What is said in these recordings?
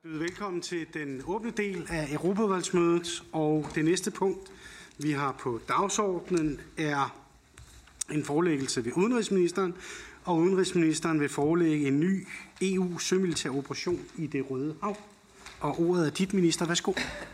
Velkommen til den åbne del af Europaudvalgsmødet, og det næste punkt, vi har på dagsordenen, er en forelæggelse ved udenrigsministeren, og udenrigsministeren vil forelægge en ny EU-sømilitær operation i det Røde Hav. Og ordet er dit, minister. Værsgo.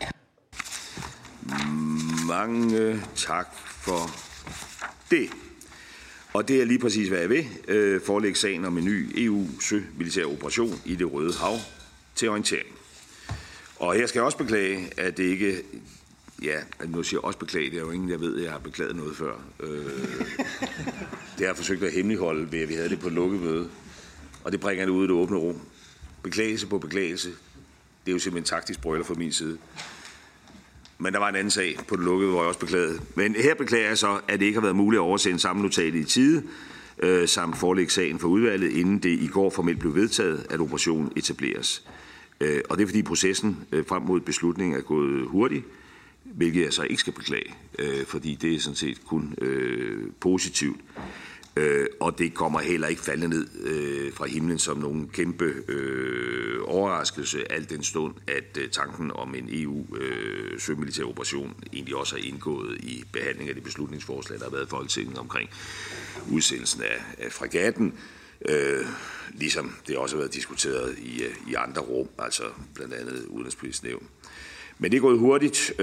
Mange tak for det. Og det er lige præcis, hvad jeg vil. Forelægge sagen om en ny EU-sømilitær operation i det Røde Hav til orientering. Og her skal jeg også beklage, at det ikke... Ja, nu siger jeg også beklage, det er jo ingen, jeg ved, at jeg har beklaget noget før. Det har jeg forsøgt at hemmeligholde ved, at vi havde det på et lukket møde. Og det bringer det ud i det åbne rum. Beklagelse på beklagelse. Det er jo simpelthen taktisk brøler fra min side. Men der var en anden sag på det lukkede, hvor jeg også beklagede. Men her beklager jeg så, at det ikke har været muligt at oversende sammennotatet i tide, samt forelægge sagen for udvalget, inden det i går formelt blev vedtaget, at operationen etableres. Og det er fordi processen frem mod beslutningen er gået hurtigt, hvilket jeg så ikke skal beklage, fordi det er sådan set kun positivt. Og det kommer heller ikke falde ned fra himlen som nogen kæmpe overraskelse, al den stund, at tanken om en EU-sømilitær operation egentlig også er indgået i behandling af det beslutningsforslag, der har været i Folketinget omkring udsendelsen af fregatten, ligesom det også har været diskuteret i andre rum, altså blandt andet Udenrigspolitisk Nævn. Men det er gået hurtigt,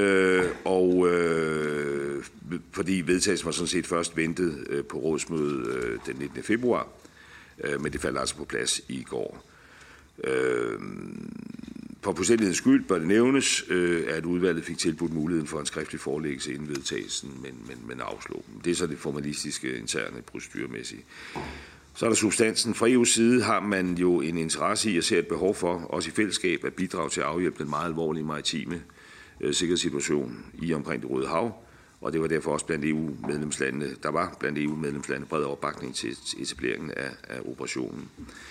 fordi vedtagelsen var sådan set først ventet på rådsmødet den 19. februar, men det faldt altså på plads i går. For fuldstændighedens skyld bør det nævnes, at udvalget fik tilbudt muligheden for en skriftlig forelæggelse inden vedtagelsen, men afslog dem. Det er så det formalistiske, interne, procedurmæssige. Så er der substansen. Fra EU's side har man jo en interesse i at se et behov for, også i fællesskab, at bidrage til at afhjælpe den meget alvorlige maritime sikkerhedssituation i omkring det Røde Hav. Og det var derfor også blandt EU-medlemslandene, der var blandt EU-medlemslandene bred opbakning til etableringen af operationen.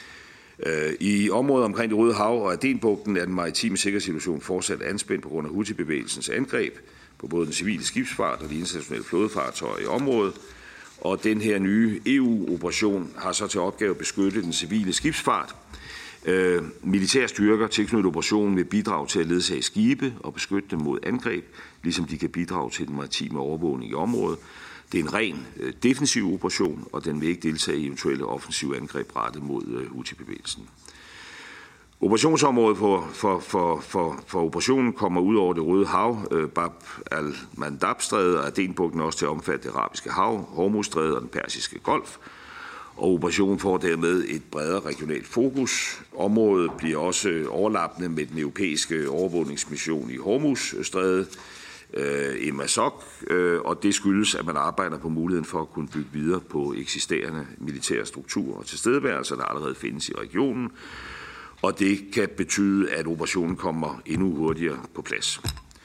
I området omkring det Røde Hav og Adenbugten er den maritime sikkerhedssituation fortsat anspændt på grund af Houthi-bevægelsens angreb på både den civile skibsfart og de internationale flådefartøjer i området. Og den her nye EU-operation har så til opgave at beskytte den civile skibsfart. Militære styrker tilknyttet operationen vil bidrage til at ledsage skibe og beskytte dem mod angreb, ligesom de kan bidrage til den maritime overvågning i området. Det er en ren defensiv operation, og den vil ikke deltage i eventuelle offensive angreb rettet mod Houthi-bevægelsen. Operationsområdet for operationen kommer ud over det Røde Hav, Bab al-Mandab-strædet og Adenbugten også til at omfatte det Arabiske Hav, Hormuzstrædet og den Persiske Golf. Og operationen får dermed et bredere regionalt fokus. Området bliver også overlappende med den europæiske overvågningsmission i Hormuzstrædet, EMASOC, og det skyldes, at man arbejder på muligheden for at kunne bygge videre på eksisterende militære strukturer og tilstedeværelser, der allerede findes i regionen. Og det kan betyde, at operationen kommer endnu hurtigere på plads.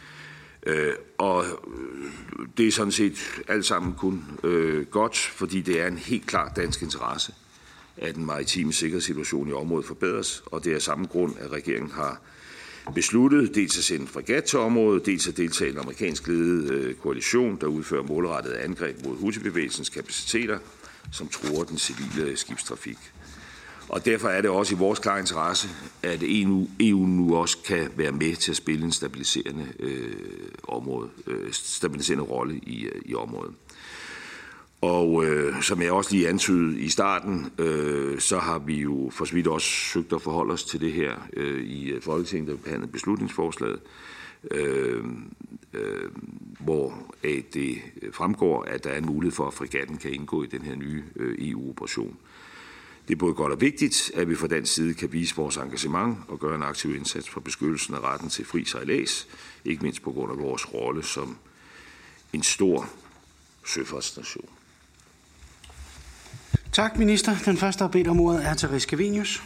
Og det er sådan set alt sammen kun godt, fordi det er en helt klar dansk interesse, at den maritime sikkerhedssituation i området forbedres. Og det er af samme grund, at regeringen har besluttet dels at sende fregat til området, dels at deltage i en amerikansk ledet koalition, der udfører målrettede angreb mod Houthi-bevægelsens kapaciteter, som truer den civile skibstrafik. Og derfor er det også i vores klare interesse, at EU nu også kan være med til at spille en stabiliserende rolle i området. Og som jeg også lige antydede i starten, så har vi jo for så vidt også søgt at forholde os til det her i Folketinget, der behandlede beslutningsforslaget, hvor det fremgår, at der er en mulighed for, at fregatten kan indgå i den her nye EU-operation. Det er både godt og vigtigt, at vi fra dansk side kan vise vores engagement og gøre en aktiv indsats for beskyttelsen af retten til fri sejlads, ikke mindst på grund af vores rolle som en stor søfartsnation. Tak, minister. Den første, der har bedt om ordet, er Therese Scavenius.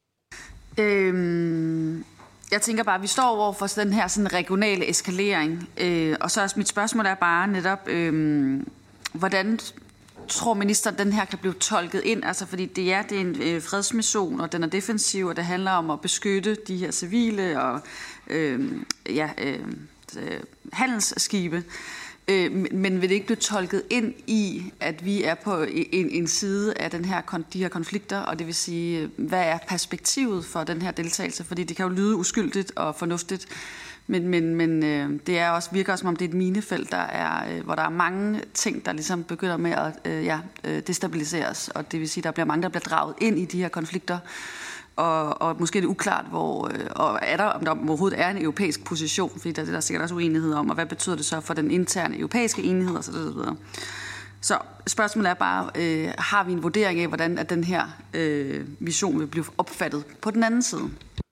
Jeg tænker bare, at vi står over for den her sådan regionale eskalering, og så mit spørgsmål er bare netop, hvordan tror ministeren, den her kan blive tolket ind? Altså, fordi det er en fredsmission, og den er defensiv, og det handler om at beskytte de her civile og handelsskibe. Men vil det ikke blive tolket ind i, at vi er på en side af de her konflikter, og det vil sige, hvad er perspektivet for den her deltagelse? Fordi det kan jo lyde uskyldigt og fornuftigt, men det er også, virker som om det er et minefelt, hvor der er mange ting, der ligesom begynder med at destabiliseres, og det vil sige, der bliver mange, der bliver draget ind i de her konflikter, og måske er det uklart, om der overhovedet er en europæisk position, fordi der er sikkert også uenighed om, og hvad betyder det så for den interne europæiske enhed og så videre. Så spørgsmålet er bare, har vi en vurdering af, hvordan at den her mission vil blive opfattet på den anden side?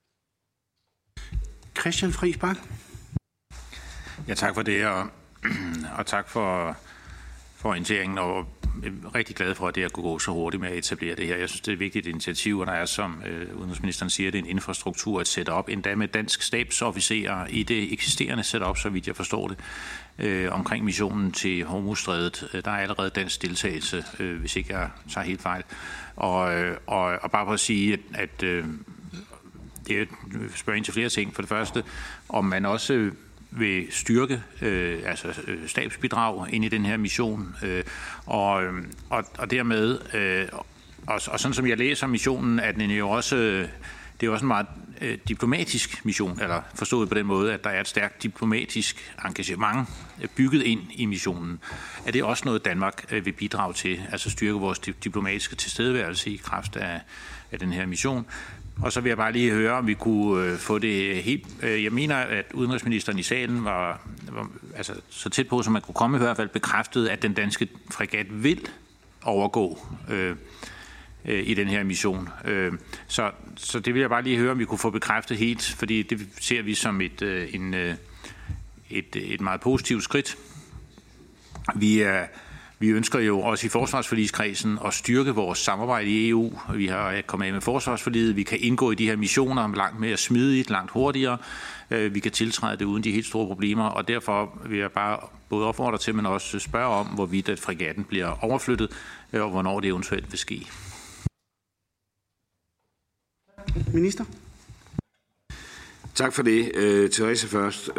Christian Friis Bach. Ja, tak for det, og tak for orienteringen, og jeg er rigtig glad for, at det kunne gå så hurtigt med at etablere det her. Jeg synes, det er et vigtigt initiativ, og der er, som udenrigsministeren siger, det er en infrastruktur at sætte op, endda med dansk stabsofficerer i det eksisterende setup, så vidt jeg forstår det, omkring missionen til Hormuzstrædet. Der er allerede dansk deltagelse, hvis ikke jeg tager helt fejl. Og bare for at sige, at det spørger ind til flere ting. For det første, om man også vil styrke stabsbidrag ind i den her mission, og dermed, og sådan som jeg læser missionen, at den jo også, det er også en meget diplomatisk mission, eller forstået på den måde, at der er et stærkt diplomatisk engagement bygget ind i missionen. Er det også noget, Danmark vil bidrage til, altså styrke vores diplomatiske tilstedeværelse i kraft af den her mission? Og så vil jeg bare lige høre, om vi kunne få det helt... Jeg mener, at udenrigsministeren i salen var altså, så tæt på, som man kunne komme i hvert fald, bekræftet, at den danske fregat vil overgå i den her mission. Så det vil jeg bare lige høre, om vi kunne få bekræftet helt, fordi det ser vi som et meget positivt skridt. Vi ønsker jo også i forsvarsforligskredsen at styrke vores samarbejde i EU. Vi har kommet af med forsvarsforliget. Vi kan indgå i de her missioner langt mere smidigt, langt hurtigere. Vi kan tiltræde det uden de helt store problemer, og derfor vil jeg bare både opfordre til, men også spørge om, hvorvidt at fregatten bliver overflyttet, og hvornår det eventuelt vil ske. Minister? Tak for det. Therese først.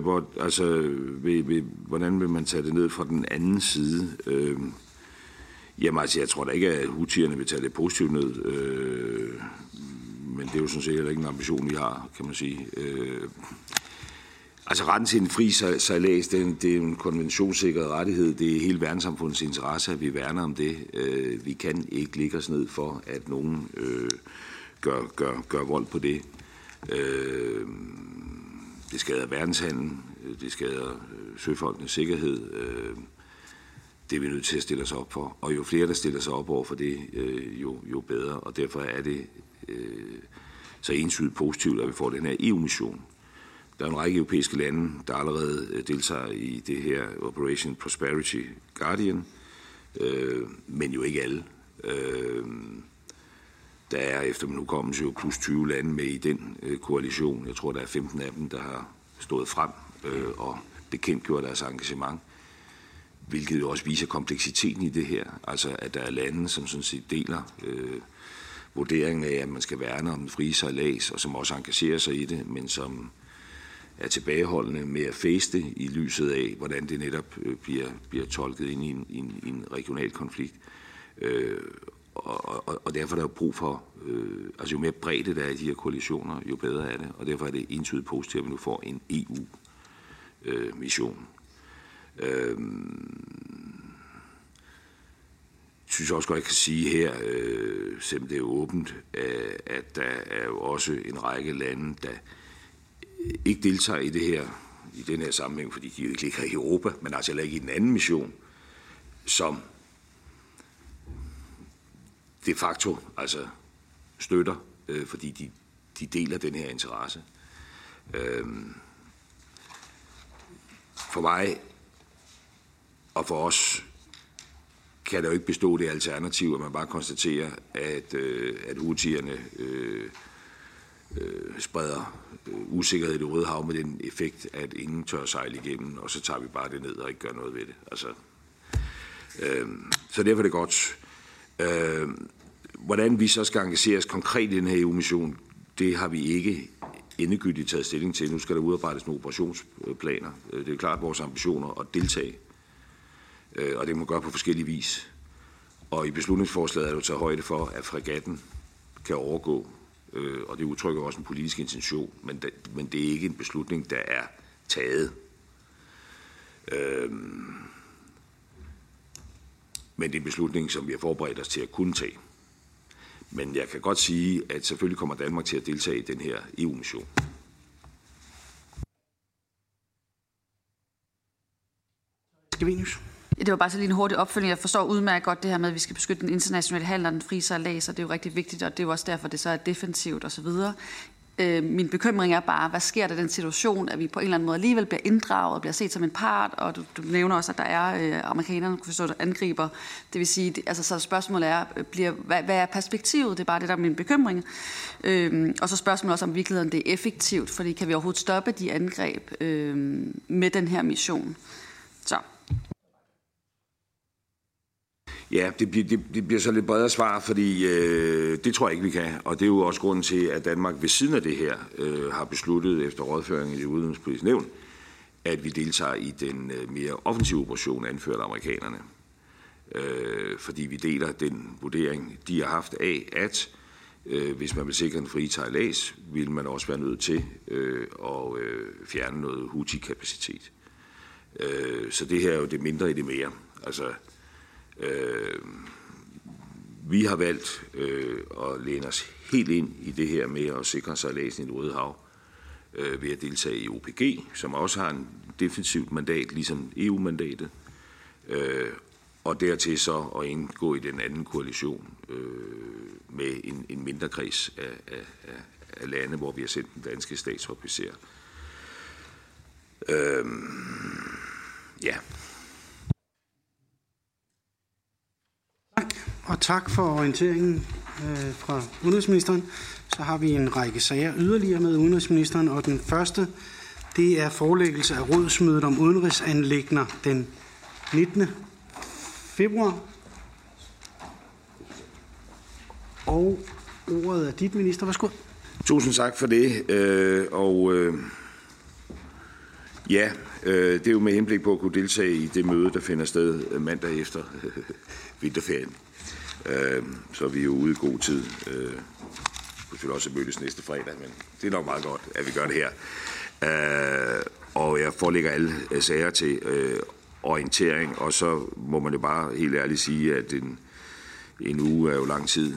Hvordan vil man tage det ned fra den anden side? Jamen altså, jeg tror da ikke, at houthierne vil tage det positivt ned. Men det er jo sådan set heller ikke en ambition, vi har, kan man sige. Altså retten til en fri sejlads, det er en konventionssikret rettighed. Det er hele verdenssamfundets interesse, at vi værner om det. Vi kan ikke ligge os ned for, at nogen gør vold på det. Det skader verdenshandlen, det skader søfolkenes sikkerhed. Det er vi nødt til at stille os op for. Og jo flere, der stiller sig op over for det, jo bedre. Og derfor er det så entydigt positivt, at vi får den her EU-mission. Der er en række europæiske lande, der allerede deltager i det her Operation Prosperity Guardian, men jo ikke alle. Der er efter min hukommelse jo plus 20 lande med i den koalition. Jeg tror, der er 15 af dem, der har stået frem og bekendtgjort deres engagement, hvilket jo også viser kompleksiteten i det her. Altså, at der er lande, som sådan set deler vurderingen af, at man skal værne om den frie sejlads, og som også engagerer sig i det, men som er tilbageholdende med at fæste i lyset af, hvordan det netop bliver tolket ind i en regional konflikt. Og derfor er der jo brug for, altså jo mere bredde der er i de her koalitioner, jo bedre er det. Og derfor er det entydigt positivt, at vi nu får en EU-mission. Jeg synes også godt, jeg kan sige her, selvom det er åbent, at der er jo også en række lande, der ikke deltager i det her, i den her sammenhæng, fordi de jo ikke ligger i Europa, men altså heller ikke i den anden mission, som de facto altså støtter, fordi de deler den her interesse. For mig og for os kan der jo ikke bestå det alternativ, at man bare konstaterer, at houthierne spreder usikkerhed i Det Røde Hav med den effekt, at ingen tør sejle igennem, og så tager vi bare det ned og ikke gør noget ved det. Altså, så derfor er det godt. Hvordan vi så skal engageres konkret i den her EU-mission, det har vi ikke endegyldigt taget stilling til. Nu skal der udarbejdes nogle operationsplaner. Det er klart vores ambitioner at deltage Og det må gøre på forskellige vis. Og i beslutningsforslaget er det jo taget højde for, at fregatten kan overgå, og det udtrykker også en politisk intention, men det er ikke en beslutning, der er taget. Men det er en beslutning, som vi har forberedt os til at kunne tage. Men jeg kan godt sige, at selvfølgelig kommer Danmark til at deltage i den her EU-mission. Det var bare så lige en hurtig opfølgning. Jeg forstår udmærket godt det her med, at vi skal beskytte den internationale handel og den frie sejlads, og det er jo rigtig vigtigt, og det er jo også derfor, det så er defensivt osv. Min bekymring er bare, hvad sker der i den situation, at vi på en eller anden måde alligevel bliver inddraget og bliver set som en part, og du nævner også, at der er amerikanerne, kunne forstå, der angriber. Det vil sige, altså så spørgsmålet er, hvad er perspektivet? Det er bare det, der er min bekymring. Og så spørgsmålet også, om virkeligheden det er effektivt, fordi kan vi overhovedet stoppe de angreb med den her mission? Så. Ja, det bliver så lidt bredere svar, fordi det tror jeg ikke, vi kan. Og det er jo også grunden til, at Danmark ved siden af det her har besluttet efter rådføring i det udenrigspolitiske nævn, at vi deltager i den mere offensive operation anført af amerikanerne. Fordi vi deler den vurdering, de har haft af, at hvis man vil sikre en fri sejlads, vil man også være nødt til at fjerne noget Houthi-kapacitet. Så det her er jo det mindre i det mere. Altså, vi har valgt at læne os helt ind i det her med at sikre sejladsen i Det Røde Hav ved at deltage i OPG, som også har en defensivt mandat, ligesom EU-mandatet, og dertil så at indgå i den anden koalition med en mindre kreds af lande, hvor vi har sendt den danske stabsofficer. Ja. Og tak for orienteringen fra udenrigsministeren. Så har vi en række sager yderligere med udenrigsministeren, og den første, det er forelæggelse af rådsmødet om udenrigsanliggender den 19. februar. Og ordet er dit, minister. Værsgo. Tusind tak for det. Det er jo med henblik på at kunne deltage i det møde, der finder sted mandag efter vinterferien. Så vi er jo ude i god tid. Vi vil også mødes næste fredag, men det er nok meget godt, at vi gør det her. Og jeg forelægger alle sager til orientering, og så må man jo bare helt ærligt sige, at en uge er jo lang tid.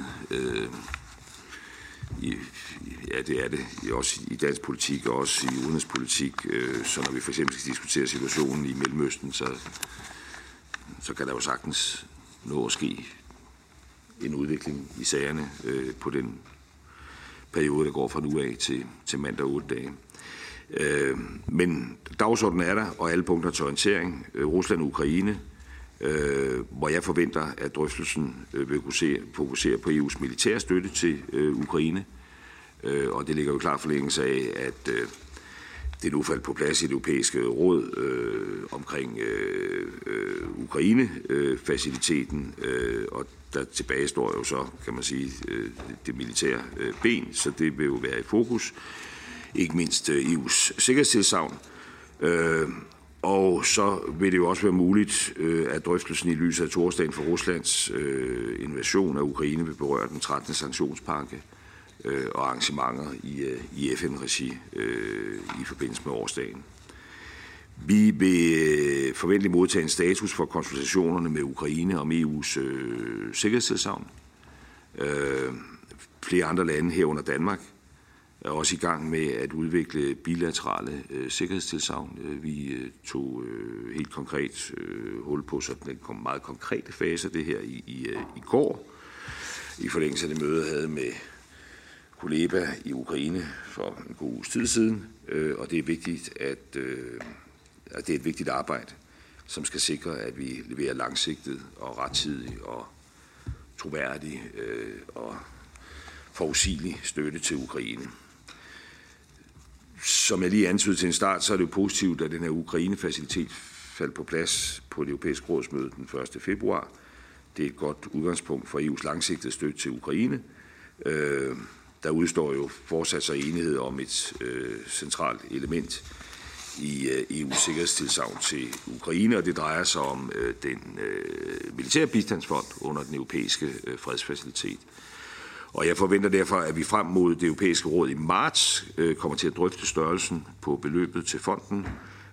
Ja, det er det. Også i dansk politik og også i udenrigspolitik. Så når vi for eksempel skal diskutere situationen i Mellemøsten, så kan der jo sagtens nå at ske en udvikling i sagerne på den periode, der går fra nu af til mandag 8 dage. Men dagsordenen er der, og alle punkter til orientering. Rusland og Ukraine, hvor jeg forventer, at drøftelsen vil fokusere på EU's militære støtte til Ukraine. Og det ligger jo klart forlængelse af, at det nu faldt på plads i det europæiske råd omkring Ukraine-faciliteten, og der tilbage står jo så, kan man sige, det militære ben, så det vil jo være i fokus. Ikke mindst EU's sikkerhedstilsagn. Og så vil det jo også være muligt, at drøftelsen i lyset af torsdagen for Ruslands invasion af Ukraine vil berøre den 13. sanktionspakke og arrangementer i FN-regi i forbindelse med årsdagen. Vi vil forventeligt modtage en status for konsultationerne med Ukraine om EU's sikkerhedstilsagn. Flere andre lande herunder Danmark er også i gang med at udvikle bilaterale sikkerhedstilsagn. Vi tog helt konkret hul på sådan en meget konkrete fase af det her i går, i forlængelse af det møde, jeg havde med Kuleba i Ukraine for en god uges tid siden, og det er vigtigt, at det er et vigtigt arbejde, som skal sikre, at vi leverer langsigtet og rettidig og troværdig og forudsigelig støtte til Ukraine. Som jeg lige antydede til en start, så er det jo positivt, at den her Ukraine-facilitet faldt på plads på det europæiske rådsmøde den 1. februar. Det er et godt udgangspunkt for EU's langsigtede støtte til Ukraine. Der udstår jo fortsat sig enighed om et centralt element i EU's sikkerhedstilsagn til Ukraine, og det drejer sig om den militære bistandsfond under den europæiske fredsfacilitet. Og jeg forventer derfor, at vi frem mod det europæiske råd i marts kommer til at drøfte størrelsen på beløbet til fonden.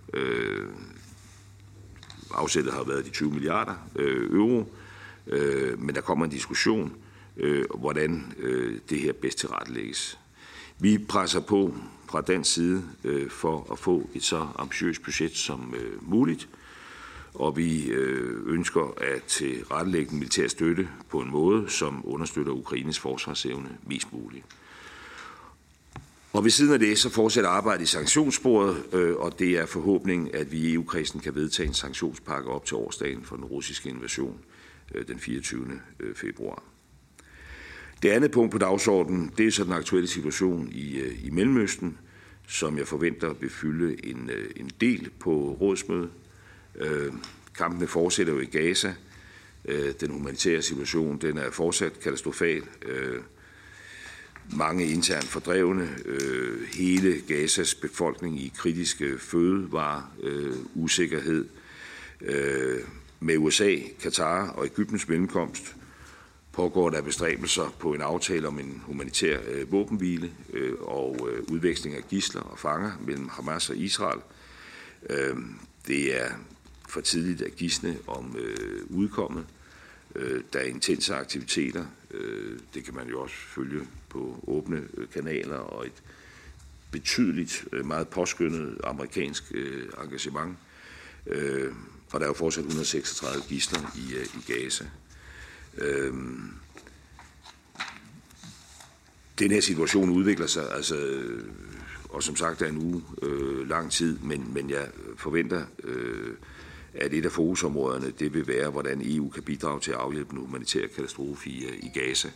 Afsættet har været de 20 milliarder euro, men der kommer en diskussion, hvordan det her bedst tilrettelægges. Vi presser på fra dansk side for at få et så ambitiøst budget som muligt, og vi ønsker at tilrettelægge den militære støtte på en måde, som understøtter Ukraines forsvarsevne mest muligt. Og ved siden af det, så fortsætter arbejdet i sanktionssporet, og det er forhåbningen, at vi i EU-kredsen kan vedtage en sanktionspakke op til årsdagen for den russiske invasion den 24. februar. Det andet punkt på dagsordenen, det er så den aktuelle situation i Mellemøsten, som jeg forventer vil fylde en del på rådsmødet. Kampene fortsætter jo i Gaza. Den humanitære situation, den er fortsat katastrofal. Mange internt fordrevne, hele Gazas befolkning i kritiske fødevarer, usikkerhed. Med USA, Katar og Egyptens mellemkomst pågår der bestræbelser på en aftale om en humanitær våbenhvile og udveksling af gidsler og fanger mellem Hamas og Israel. Det er for tidligt at gisne om udkommet. Der er intense aktiviteter. Det kan man jo også følge på åbne kanaler og et betydeligt, meget påskyndet amerikansk engagement. Og der er jo fortsat 136 gidsler i Gaza. Den her situation udvikler sig, altså, og som sagt er en uge lang tid, men jeg forventer, at et af fokusområderne, det vil være, hvordan EU kan bidrage til at afhjælpe den humanitære katastrofe i Gaza.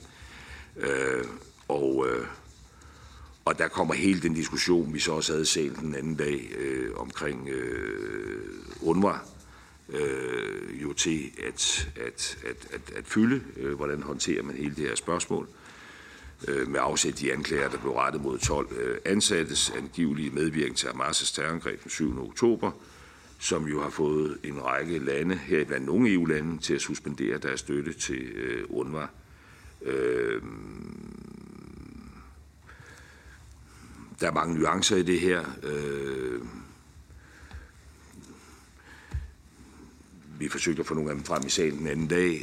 Og der kommer hele den diskussion, vi så også havde i salen den anden dag, omkring UNRWA, jo til at fylde, hvordan håndterer man hele det her spørgsmål, med afsæt de anklager, der blev rettet mod 12 ansattes angivelige medvirkning til Hamas' terrorangreb den 7. oktober, som jo har fået en række lande, heriblandt nogle EU-lande, til at suspendere deres støtte til UNRWA. Der er mange nuancer i det her. Vi forsøgte at få nogle af dem frem i salen den anden dag.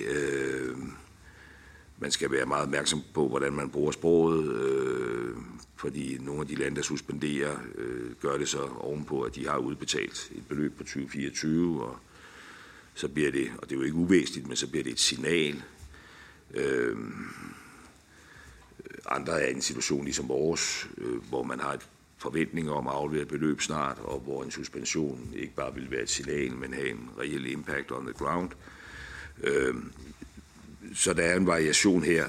Man skal være meget opmærksom på, hvordan man bruger sproget, fordi nogle af de lande, der suspenderer, gør det så ovenpå, at de har udbetalt et beløb på 2024, og så bliver det, og det er jo ikke uvæsentligt, men så bliver det et signal. Andre er i en situation ligesom vores, hvor man har et forventning om at aflevere et beløb snart, og hvor en suspension ikke bare vil være et signal, men have en reel impact on the ground. Så der er en variation her,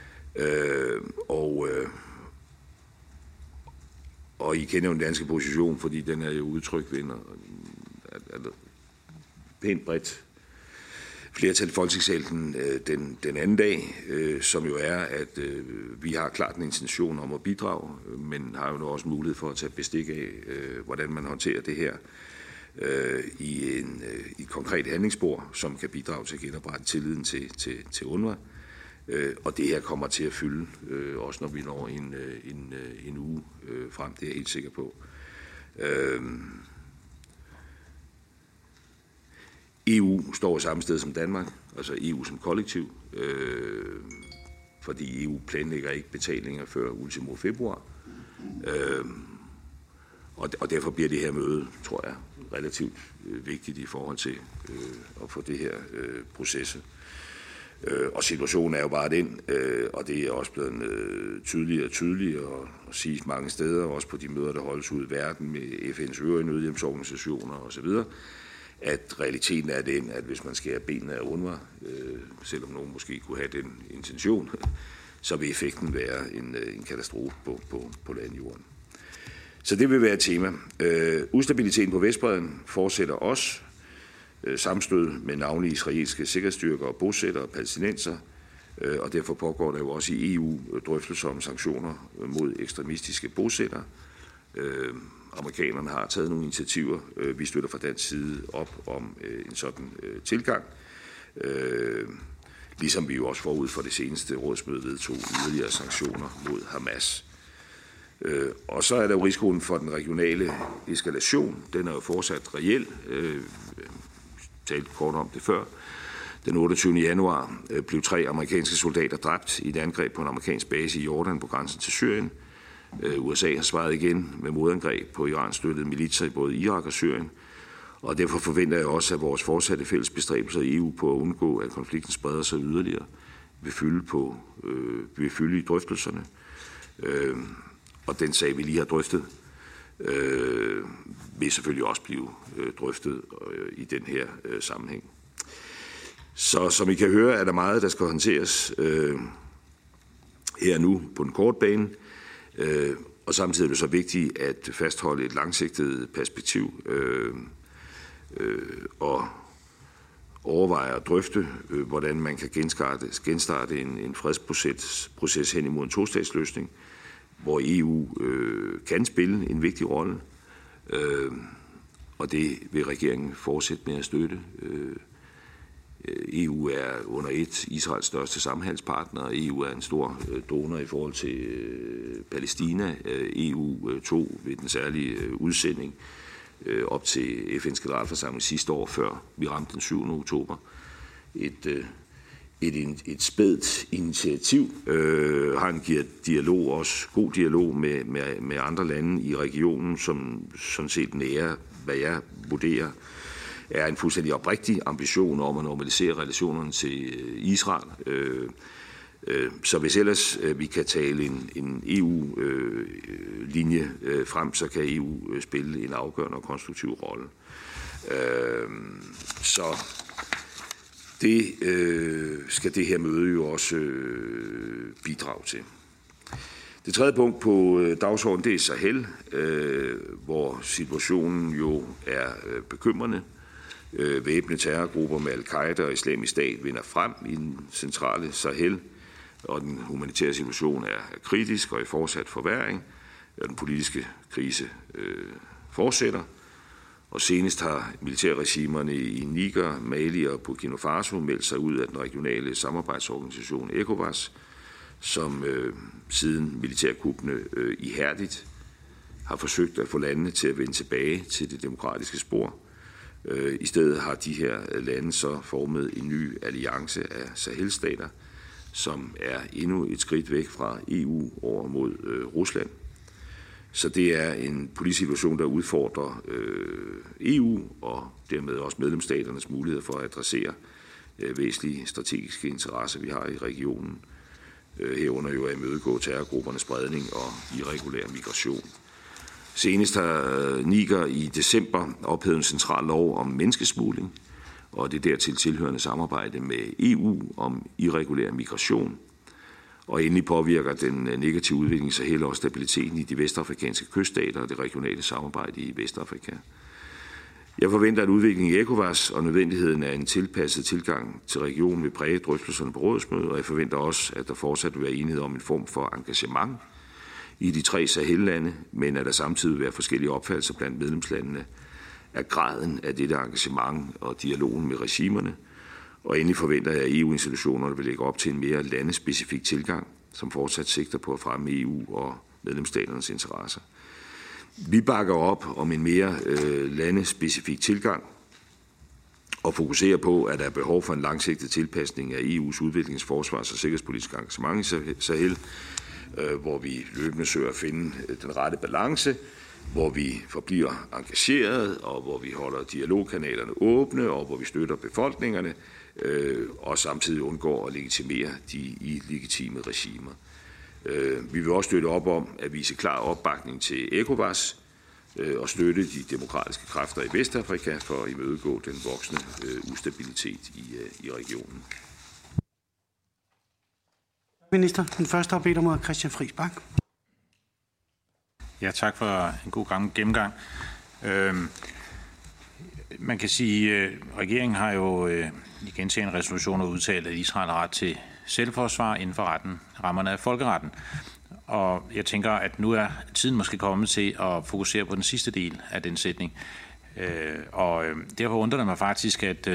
og I kender jo den danske position, fordi den er jo udtrykt ved et pænt bredt flertal i Folketingssalen den anden dag, som jo er, at vi har klart en intention om at bidrage, men har jo nu også mulighed for at tage bestik af, hvordan man håndterer det her i et konkret handlingsspor, som kan bidrage til at genoprette tilliden til UNRWA. Og det her kommer til at fylde, også når vi når en uge frem, det er jeg helt sikker på. EU står samme sted som Danmark, altså EU som kollektiv, fordi EU planlægger ikke betalinger før ultimo februar. Og derfor bliver det her møde, tror jeg, relativt vigtigt i forhold til at få det her processet. Og situationen er jo bare den, og det er også blevet tydeligere og tydeligere og siges mange steder, også på de møder, der holdes ud i verden med FN's øvrige nødhjælpsorganisationer osv., at realiteten er den, at hvis man skærer benene af UNRWA, selvom nogen måske kunne have den intention, så vil effekten være en katastrofe på landjorden. Så det vil være et tema. Ustabiliteten på Vestbredden fortsætter også. Sammenstød med navnlige israelske sikkerhedsstyrker og bosættere og palæstinenser, og derfor pågår der jo også i EU drøftelser om sanktioner mod ekstremistiske bosættere. amerikanerne har taget nogle initiativer. Vi støtter fra dansk side op om en sådan tilgang. Ligesom vi jo også forud for det seneste rådsmøde vedtog yderligere sanktioner mod Hamas. Og så er der jo risikoen for den regionale eskalation. Den er jo fortsat reel. Talte kort om det før. Den 28. januar blev 3 amerikanske soldater dræbt i et angreb på en amerikansk base i Jordan på grænsen til Syrien. USA har svaret igen med modangreb på Iran-støttede militser i både Irak og Syrien. Og derfor forventer jeg også, at vores fortsatte fælles bestræbelser i EU på at undgå, at konflikten spreder sig yderligere, vil fylde i drøftelserne. Og den sag, vi lige har drøftet, vil selvfølgelig også blive drøftet i den her sammenhæng. Så som I kan høre, er der meget, der skal håndteres her nu på den korte bane. Og samtidig er det så vigtigt at fastholde et langsigtet perspektiv og overveje og drøfte, hvordan man kan genstarte en fredsproces hen imod en tostatsløsning, hvor EU kan spille en vigtig rolle, og det vil regeringen fortsætte med at støtte. EU er under et Israels største samhandelspartner, og EU er en stor donor i forhold til Palæstina. EU tog ved den særlige udsending op til FN's generalforsamling sidste år, før vi ramte den 7. oktober. Et spædt initiativ, har en dialog, også god dialog med andre lande i regionen, som sådan set nærer, hvad jeg vurderer, er en fuldstændig oprigtig ambition om at normalisere relationerne til Israel. Så hvis ellers vi kan tale en EU-linje frem, så kan EU spille en afgørende og konstruktiv rolle. Så det skal det her møde jo også bidrage til. Det tredje punkt på dagsordenen, det er Sahel, hvor situationen jo er bekymrende. Væbnede terrorgrupper med Al-Qaida og Islamisk Stat vinder frem i den centrale Sahel, og den humanitære situation er kritisk og i fortsat forværring. Den politiske krise fortsætter, og senest har militærregimerne i Niger, Mali og Burkina Faso meldt sig ud af den regionale samarbejdsorganisation ECOWAS, som siden militærkuppene ihærdigt har forsøgt at få landene til at vende tilbage til det demokratiske spor. I stedet har de her lande så formet en ny alliance af Sahelstater, som er endnu et skridt væk fra EU over mod Rusland. Så det er en politisk situation, der udfordrer EU og dermed også medlemsstaternes mulighed for at adressere væsentlige strategiske interesser, vi har i regionen. Herunder jo at imødegå terrorgruppernes spredning og irregulær migration. Senest har Niger i december ophævet en central lov om menneskesmugling, og det dertil tilhørende samarbejde med EU om irregulær migration. Og endelig påvirker den negative udvikling så heller også stabiliteten i de vestafrikanske kyststater og det regionale samarbejde i Vestafrika. Jeg forventer, at udviklingen i ECOWAS og nødvendigheden af en tilpasset tilgang til regionen vil præge drøftelserne på rådsmødet, og jeg forventer også, at der fortsat vil være enighed om en form for engagement i de 3 Sahel-lande, men at der samtidig vil være forskellige opfattelser blandt medlemslandene af graden af dette engagement og dialogen med regimerne. Og endelig forventer jeg, at EU-institutionerne vil lægge op til en mere landespecifik tilgang, som fortsat sigter på at fremme EU og medlemsstaternes interesser. Vi bakker op om en mere landespecifik tilgang og fokuserer på, at der er behov for en langsigtet tilpasning af EU's udviklings-, forsvars- og sikkerhedspolitiske engagement i Sahel, hvor vi løbende søger at finde den rette balance, hvor vi forbliver engageret, og hvor vi holder dialogkanalerne åbne, og hvor vi støtter befolkningerne, og samtidig undgår at legitimere de illegitime regimer. Vi vil også støtte op om at vise klar opbakning til ECOWAS og støtte de demokratiske kræfter i Vestafrika for at imødegå den voksende ustabilitet i regionen. Minister, den første har bedt om ordet, Christian Friis Bach. Ja, tak for en god gennemgang. Man kan sige, at regeringen har jo i gentagne resolutioner udtalt, at Israel har ret til selvforsvar inden for rammerne af folkeretten. Og jeg tænker, at nu er tiden måske kommet til at fokusere på den sidste del af den sætning. Derfor undrer det mig faktisk, at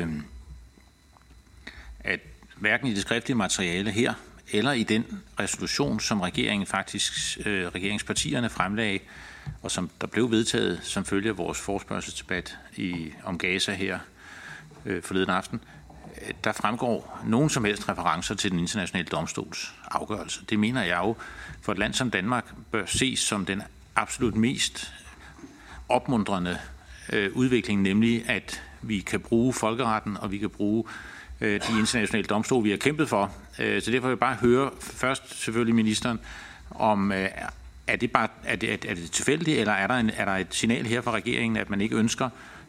hverken i det skriftlige materiale her, eller i den resolution, som regeringspartierne fremlagde, og som der blev vedtaget som følge af vores forespørgselsdebat om Gaza her forleden aften, der fremgår nogen som helst referencer til den internationale domstols afgørelse. Det mener jeg jo, for et land som Danmark bør ses som den absolut mest opmuntrende udvikling, nemlig at vi kan bruge folkeretten, og vi kan bruge de internationale domstole, vi har kæmpet for. Så derfor vil jeg bare høre først selvfølgelig ministeren, om er det tilfældigt, eller er der et signal her fra regeringen, at man ikke ønsker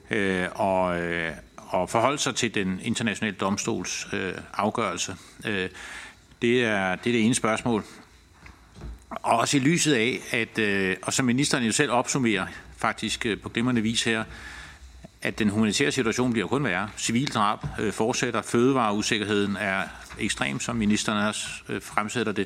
at forholde sig til den internationale domstols afgørelse? Det er det ene spørgsmål. Og også i lyset af, og som ministeren jo selv opsummerer faktisk på glimrende vis her, at den humanitære situation bliver kun værre. Civildrab fortsætter, fødevareusikkerheden er ekstrem, som ministeren også fremsætter det.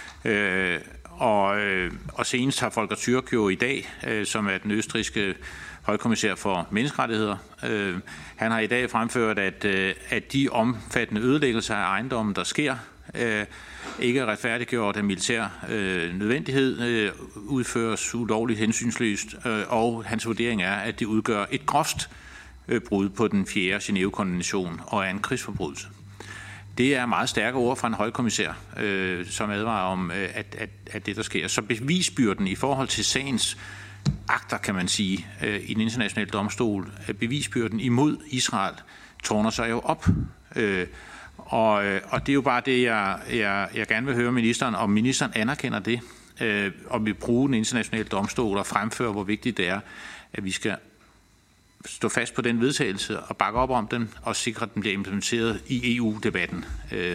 Og senest har Volker Türk jo i dag, som er den østrigske højkommissær for menneskerettigheder, han har i dag fremført, at de omfattende ødelæggelser af ejendommen, der sker, ikke er retfærdiggjort af militær nødvendighed, udføres ulovligt hensynsløst, og hans vurdering er, at det udgør et groft brud på den 4. Genève-konvention og er en krigsforbrydelse. Det er meget stærke ord fra en højkommissær, som advarer om, at det, der sker. Så bevisbyrden i forhold til sagens akter, kan man sige, i den internationale domstol, bevisbyrden imod Israel tårner sig jo op. Og det er jo bare det, jeg gerne vil høre ministeren, om ministeren anerkender det, og vil bruge den internationale domstol og fremføre, hvor vigtigt det er, at vi skal stå fast på den vedtagelse og bakke op om den, og sikre, at den bliver implementeret i EU-debatten,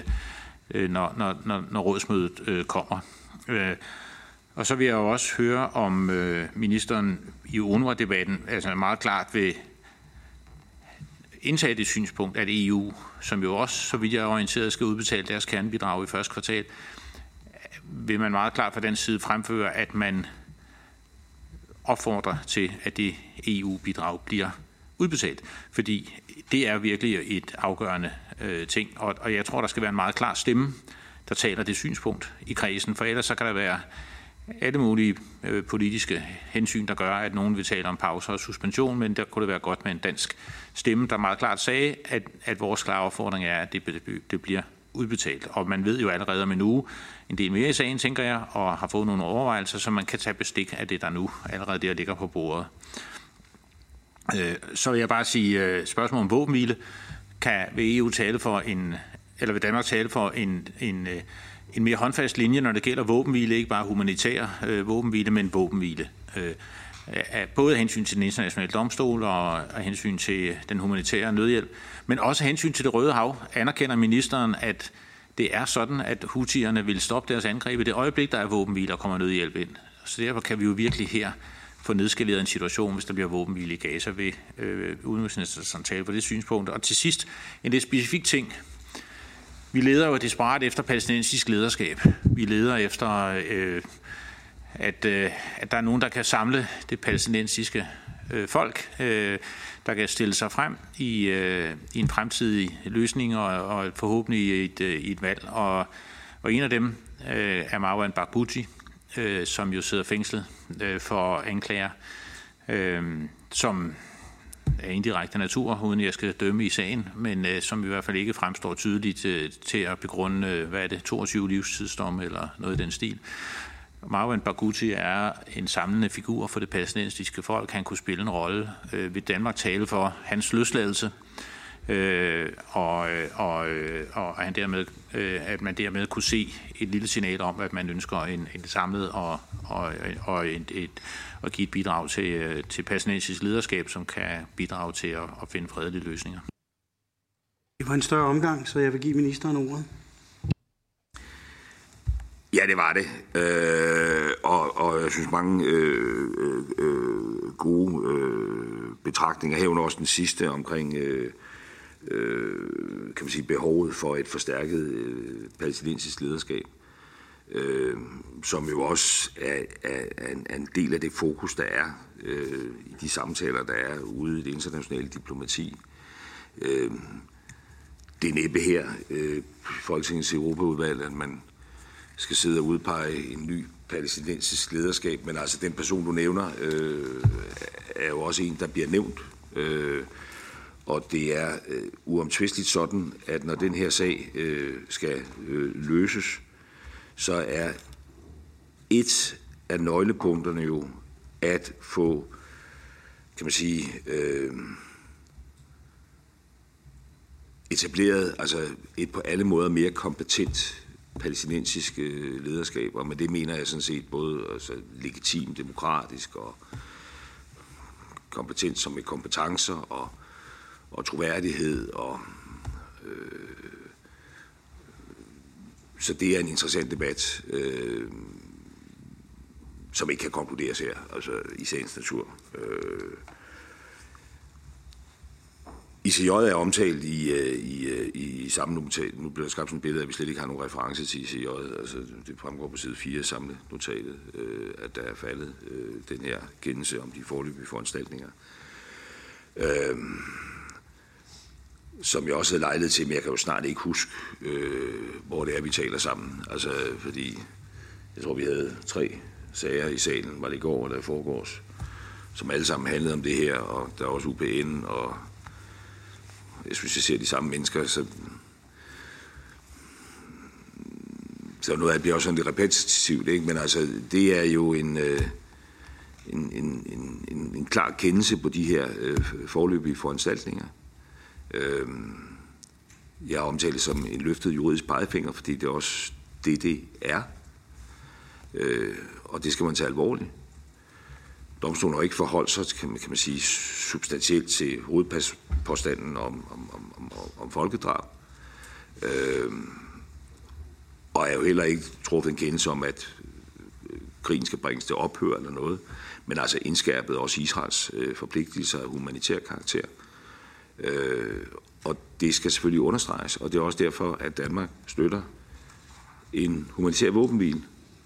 når rådsmødet kommer. Og så vil jeg jo også høre, om ministeren i UNRWA-debatten altså meget klart vil indtage det synspunkt, at EU, som jo også, så vidt jeg er orienteret, skal udbetale deres kernebidrag i første kvartal, vil man meget klart fra den side fremføre, at man opfordrer til, at det EU-bidrag bliver udbetalt. Fordi det er virkelig et afgørende ting, og jeg tror, der skal være en meget klar stemme, der taler det synspunkt i kredsen, for ellers så kan der være alle mulige politiske hensyn, der gør, at nogen vil tale om pauser og suspension, men der kunne det være godt med en dansk stemme, der meget klart sagde, at vores klare opfordring er, at det bliver udbetalt. Og man ved jo allerede om en uge en del mere i sagen, tænker jeg, og har fået nogle overvejelser, så man kan tage bestik af det, der nu allerede der ligger på bordet. Så vil jeg bare sige spørgsmål om våbenhvile. Vil EU tale for eller vil Danmark tale for en mere håndfast linje, når det gælder våbenhvile, ikke bare humanitær våbenhvile, men våbenhvile. Både af hensyn til den internationale domstol og af hensyn til den humanitære nødhjælp, men også af hensyn til det Røde Hav. Anerkender ministeren, at det er sådan, at Houthierne vil stoppe deres angreb i det øjeblik, der er våbenhvile og kommer nødhjælp ind. Så derfor kan vi jo virkelig her få nedskaleret en situation, hvis der bliver våbenhvile i Gaza, ved udenrigsministeren tale på det synspunkt. Og til sidst en lidt specifik ting. Vi leder jo desperat efter palæstinensisk lederskab. Vi leder efter, at der er nogen, der kan samle det palæstinensiske folk, der kan stille sig frem i en fremtidig løsning og forhåbentlig i et valg. Og en af dem er Marwan Barghouti, som jo sidder fængslet for anklager, som af indirekte natur, uden jeg skal dømme i sagen, men som i hvert fald ikke fremstår tydeligt til at begrunde, 22 livstidsdomme eller noget i den stil. Marwan Barghouti er en samlende figur for det palæstinensiske folk. Han kunne spille en rolle. Vil Danmark tale for hans løsladelse, og han dermed, at man dermed kunne se et lille signal om, at man ønsker en samlet og give et bidrag til palæstinensisk lederskab, som kan bidrage til at finde fredelige løsninger. Det var en større omgang, så jeg vil give ministeren ordet. Ja, det var det. Og jeg synes mange gode betragtninger, herunder også den sidste omkring kan man sige, behovet for et forstærket palæstinensisk lederskab. som jo også er en del af det fokus, der er i de samtaler, der er ude i det internationale diplomati. Det er næppe her, Folketingets Europaudvalg, at man skal sidde og udpege en ny palæstinensisk lederskab, men altså den person, du nævner, er jo også en, der bliver nævnt. Og det er uomtvisteligt sådan, at når den her sag skal løses, så er et af nøglepunkterne jo at få, kan man sige, etableret altså et på alle måder mere kompetent palæstinensisk lederskab, og med det mener jeg sådan set både altså, legitim, demokratisk og kompetent som med kompetencer og troværdighed. Og, så det er en interessant debat, som ikke kan konkluderes her, altså i sagens natur. ICJ er omtalt i samme notat. Nu bliver der skabt sådan et billede af, at vi slet ikke har nogen reference til ICJ. Altså, det fremgår på side 4 af samlet notatet, at der er faldet den her kendelse om de foreløbige foranstaltninger. Som jeg også havde lejlighed til, men jeg kan jo snart ikke huske, hvor det er, vi taler sammen. Altså, fordi jeg tror, vi havde 3 sager i salen, var det i går eller i forgårs, som alle sammen handlede om det her, og der er også UPN, og jeg synes, jeg ser de samme mennesker, så noget af det bliver også sådan lidt repetitivt, ikke? Men altså, det er jo en klar kendelse på de her foreløbige foranstaltninger. Jeg omtaler det som en løftet juridisk pegefinger, fordi det er også det er. Og det skal man tage alvorligt. Domstolen har ikke forholdt sig, kan man sige, substantielt til hovedpåstanden om folkedrab. Og er jo heller ikke truffet en kendelse om, at krigen skal bringes til ophør eller noget, men altså indskærpet også Israels forpligtelser af humanitær karakter. Og det skal selvfølgelig understreges, og det er også derfor, at Danmark støtter en humanitær våbenhvile,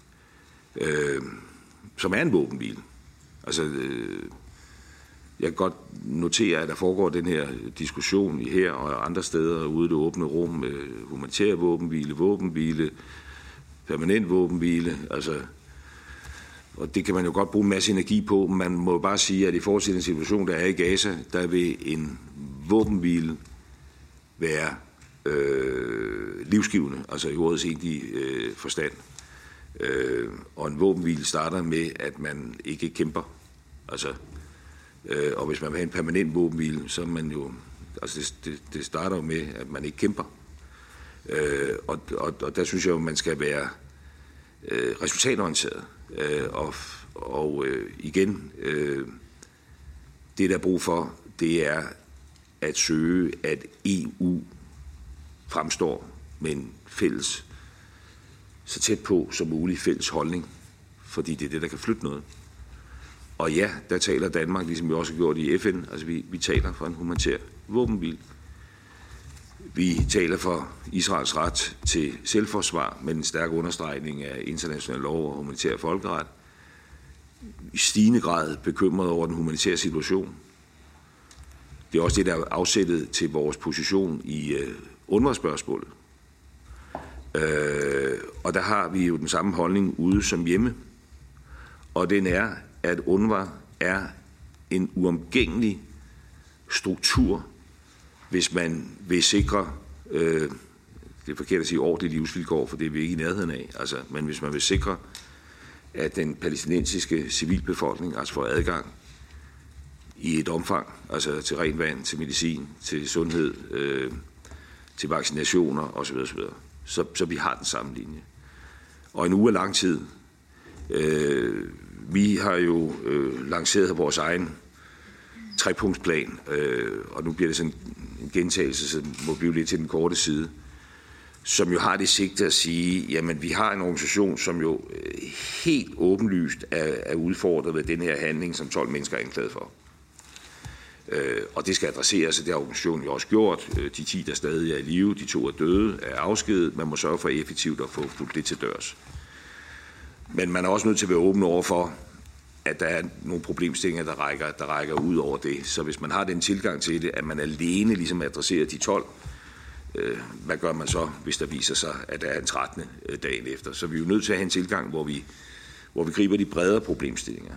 som er en våbenhvile. Altså, jeg kan godt notere, at der foregår den her diskussion her og andre steder ude i det åbne rum, humanitær våbenhvile, permanent våbenhvile, altså, og det kan man jo godt bruge en masse energi på. Man må jo bare sige, at i forhold til den situation, der er i Gaza, der vil en våbenhvile være livsgivende, altså i ordets egentlige forstand. Og en våbenhvile starter med, at man ikke kæmper. Altså, og hvis man vil have en permanent våbenhvile, så er man jo, altså det starter jo med, at man ikke kæmper. Og der synes jeg jo, man skal være resultatorienteret. Og igen, det der er brug for, det er at søge, at EU fremstår med en fælles, så tæt på som muligt fælles holdning, fordi det er det, der kan flytte noget. Og ja, der taler Danmark, ligesom vi også har gjort i FN, altså vi taler for en humanitær våbenhvile. Vi taler for Israels ret til selvforsvar med en stærk understregning af international lov og humanitær folkeret. I stigende grad bekymret over den humanitære situation. Det er også det, der er afsættet til vores position i UNRWA-spørgsmålet. Og der har vi jo den samme holdning ude som hjemme. Og den er, at UNRWA er en uomgængelig struktur, hvis man vil sikre, det er forkert at sige ordentligt livsvilkår, for det er vi ikke i nærheden af, altså, men hvis man vil sikre, at den palæstinensiske civilbefolkning altså får adgang i et omfang, altså til rent vand, til medicin, til sundhed, til vaccinationer osv., så vi har den samme linje. Og en uge er lang tid. Vi har jo lanceret vores egen trepunktsplan, og nu bliver det sådan en gentagelse, så må vi jo lidt til den korte side, som jo har det sigte at sige, jamen vi har en organisation, som jo helt åbenlyst er udfordret ved den her handling, som 12 mennesker er anklaget for. Og det skal adresseres, og det har organisationen jo også gjort. De 10, der stadig er i live, de 2 er døde, er afskedet. Man må sørge for effektivt at få fulgt det til dørs. Men man er også nødt til at være åben over for, at der er nogle problemstillinger, der rækker ud over det. Så hvis man har den tilgang til det, at man alene ligesom adresserer de 12, hvad gør man så, hvis der viser sig, at der er en 13. dagen efter? Så vi er jo nødt til at have en tilgang, hvor vi griber de bredere problemstillinger.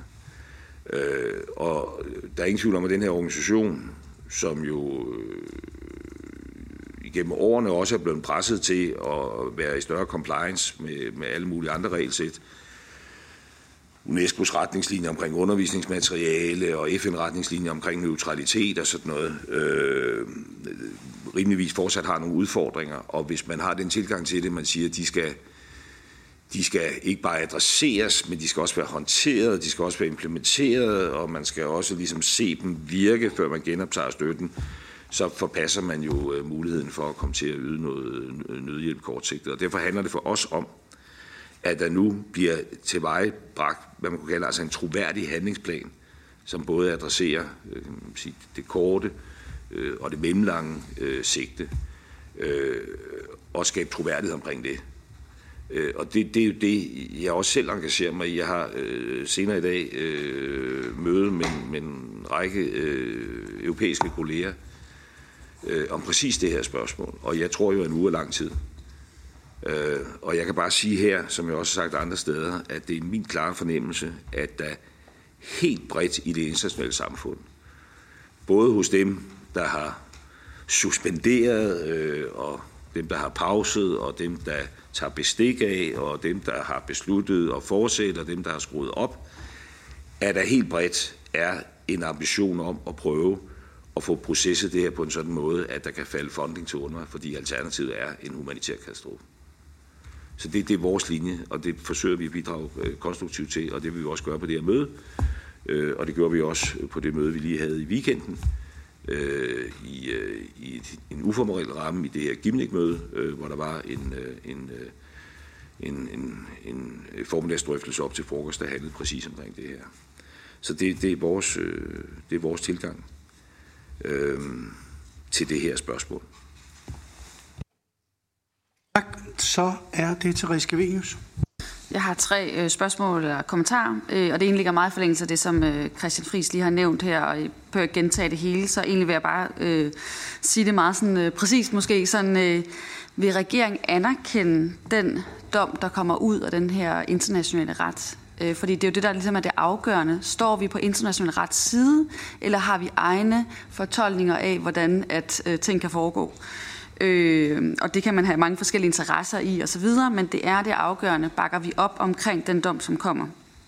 Og der er ingen tvivl om, at den her organisation, som jo igennem årene også er blevet presset til at være i større compliance med alle mulige andre regelsæt, UNESCO's retningslinjer omkring undervisningsmateriale og FN-retningslinjer omkring neutralitet og sådan noget, rimeligvis fortsat har nogle udfordringer. Og hvis man har den tilgang til det, man siger, at de skal ikke bare adresseres, men de skal også være håndteret, de skal også være implementeret, og man skal også ligesom se dem virke, før man genoptager støtten, så forpasser man jo muligheden for at komme til at yde noget nødhjælp kortsigtet. Og derfor handler det for os om, at der nu bliver tilvejebragt, hvad man kunne kalde altså en troværdig handlingsplan, som både adresserer det korte og det mellemlange sigte, og skabe troværdighed omkring det. Og det er jo det, jeg også selv engagerer mig i. Jeg har senere i dag møde med en række europæiske kolleger om præcis det her spørgsmål. Og jeg tror jo, en uge er lang tid. Og jeg kan bare sige her, som jeg også har sagt andre steder, at det er min klare fornemmelse, at der helt bredt i det internationale samfund, både hos dem, der har suspenderet, og dem, der har pauset, og dem, der tager bestik af, og dem, der har besluttet at fortsætte, og dem, der har skruet op, at der helt bredt er en ambition om at prøve at få processet det her på en sådan måde, at der kan falde funding til UNRWA, fordi alternativet er en humanitær katastrofe. Så det er vores linje, og det forsøger vi at bidrage konstruktivt til, og det vil vi også gøre på det her møde. Og det gjorde vi også på det møde, vi lige havde i weekenden, i en uformel ramme i det her Gimnik-møde, hvor der var en formiddagsdrøftelse op til frokost, der handlede præcis omkring det her. Så det er vores tilgang til det her spørgsmål. Tak. Så er det Therese Scavenius. Jeg har 3 spørgsmål eller kommentarer, og det ene ligger meget i forlængelse af det, som Christian Friis lige har nævnt her, og jeg bør gentage det hele, så egentlig vil jeg bare sige det meget sådan, præcist måske. Sådan, vil regeringen anerkende den dom, der kommer ud af den her internationale ret? Fordi det er jo det, der ligesom er det afgørende. Står vi på international rets side, eller har vi egne fortolkninger af, hvordan at ting kan foregå? Og det kan man have mange forskellige interesser i osv., men det er det afgørende. Bakker vi op omkring den dom, som kommer?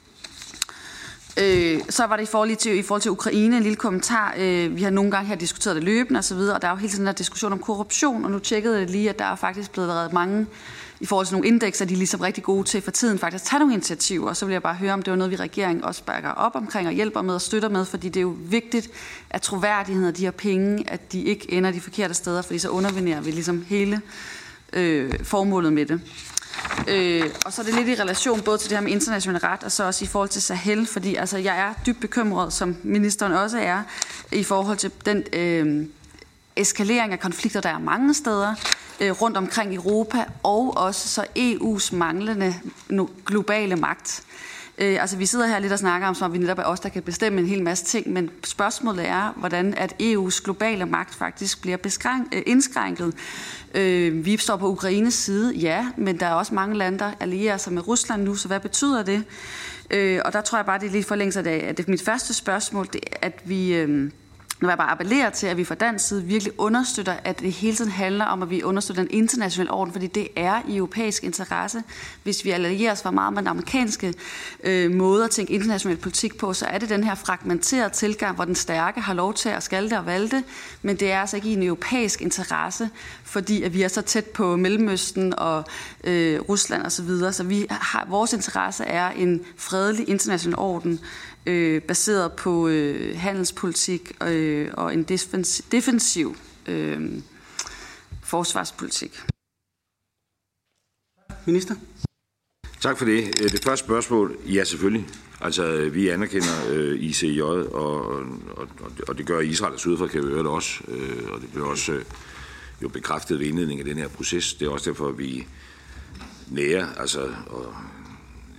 Så var det i forhold til Ukraine en lille kommentar. Vi har nogle gange her diskuteret det løbende osv., og der er jo hele tiden en diskussion om korruption, og nu tjekkede jeg lige, at der er faktisk blevet lavet mange i forhold til nogle indekser, de er ligesom rigtig gode til for tiden faktisk at tage nogle initiativer, og så vil jeg bare høre, om det var noget, vi regeringen også bakker op omkring og hjælper med og støtter med, fordi det er jo vigtigt, at troværdigheden af de her penge, at de ikke ender de forkerte steder, fordi så underminerer vi ligesom hele formålet med det. Og så er det lidt i relation både til det her med international ret, og så også i forhold til Sahel, fordi altså, jeg er dybt bekymret, som ministeren også er, i forhold til den eskalering af konflikter, der er mange steder rundt omkring i Europa, og også så EU's manglende globale magt. Altså vi sidder her lidt og snakker om, som vi netop er os, der kan bestemme en hel masse ting, men spørgsmålet er, hvordan at EU's globale magt faktisk bliver indskrænket. Vi står på Ukraines side, ja, men der er også mange lande, der allierer sig med Rusland nu, så hvad betyder det? Og der tror jeg bare, det er lidt forlængelse af, at det er mit første spørgsmål, det er, at vi... Nu vil jeg bare appellere til, at vi fra dansk side virkelig understøtter, at det hele tiden handler om, at vi understøtter den internationale orden, fordi det er i europæisk interesse. Hvis vi allierer os for meget med den amerikanske måde at tænke international politik på, så er det den her fragmenterede tilgang, hvor den stærke har lov til at skalte og valte, men det er altså ikke i en europæisk interesse, fordi at vi er så tæt på Mellemøsten og Rusland osv. Så vores interesse er en fredelig international orden, baseret på handelspolitik og en defensiv forsvarspolitik. Minister? Tak for det. Det første spørgsmål, ja selvfølgelig. Altså vi anerkender ICJ, og det gør Israel og Sydafrika kan det også, og det bliver også jo bekræftet ved indledningen af den her proces. Det er også derfor, vi nærer, altså og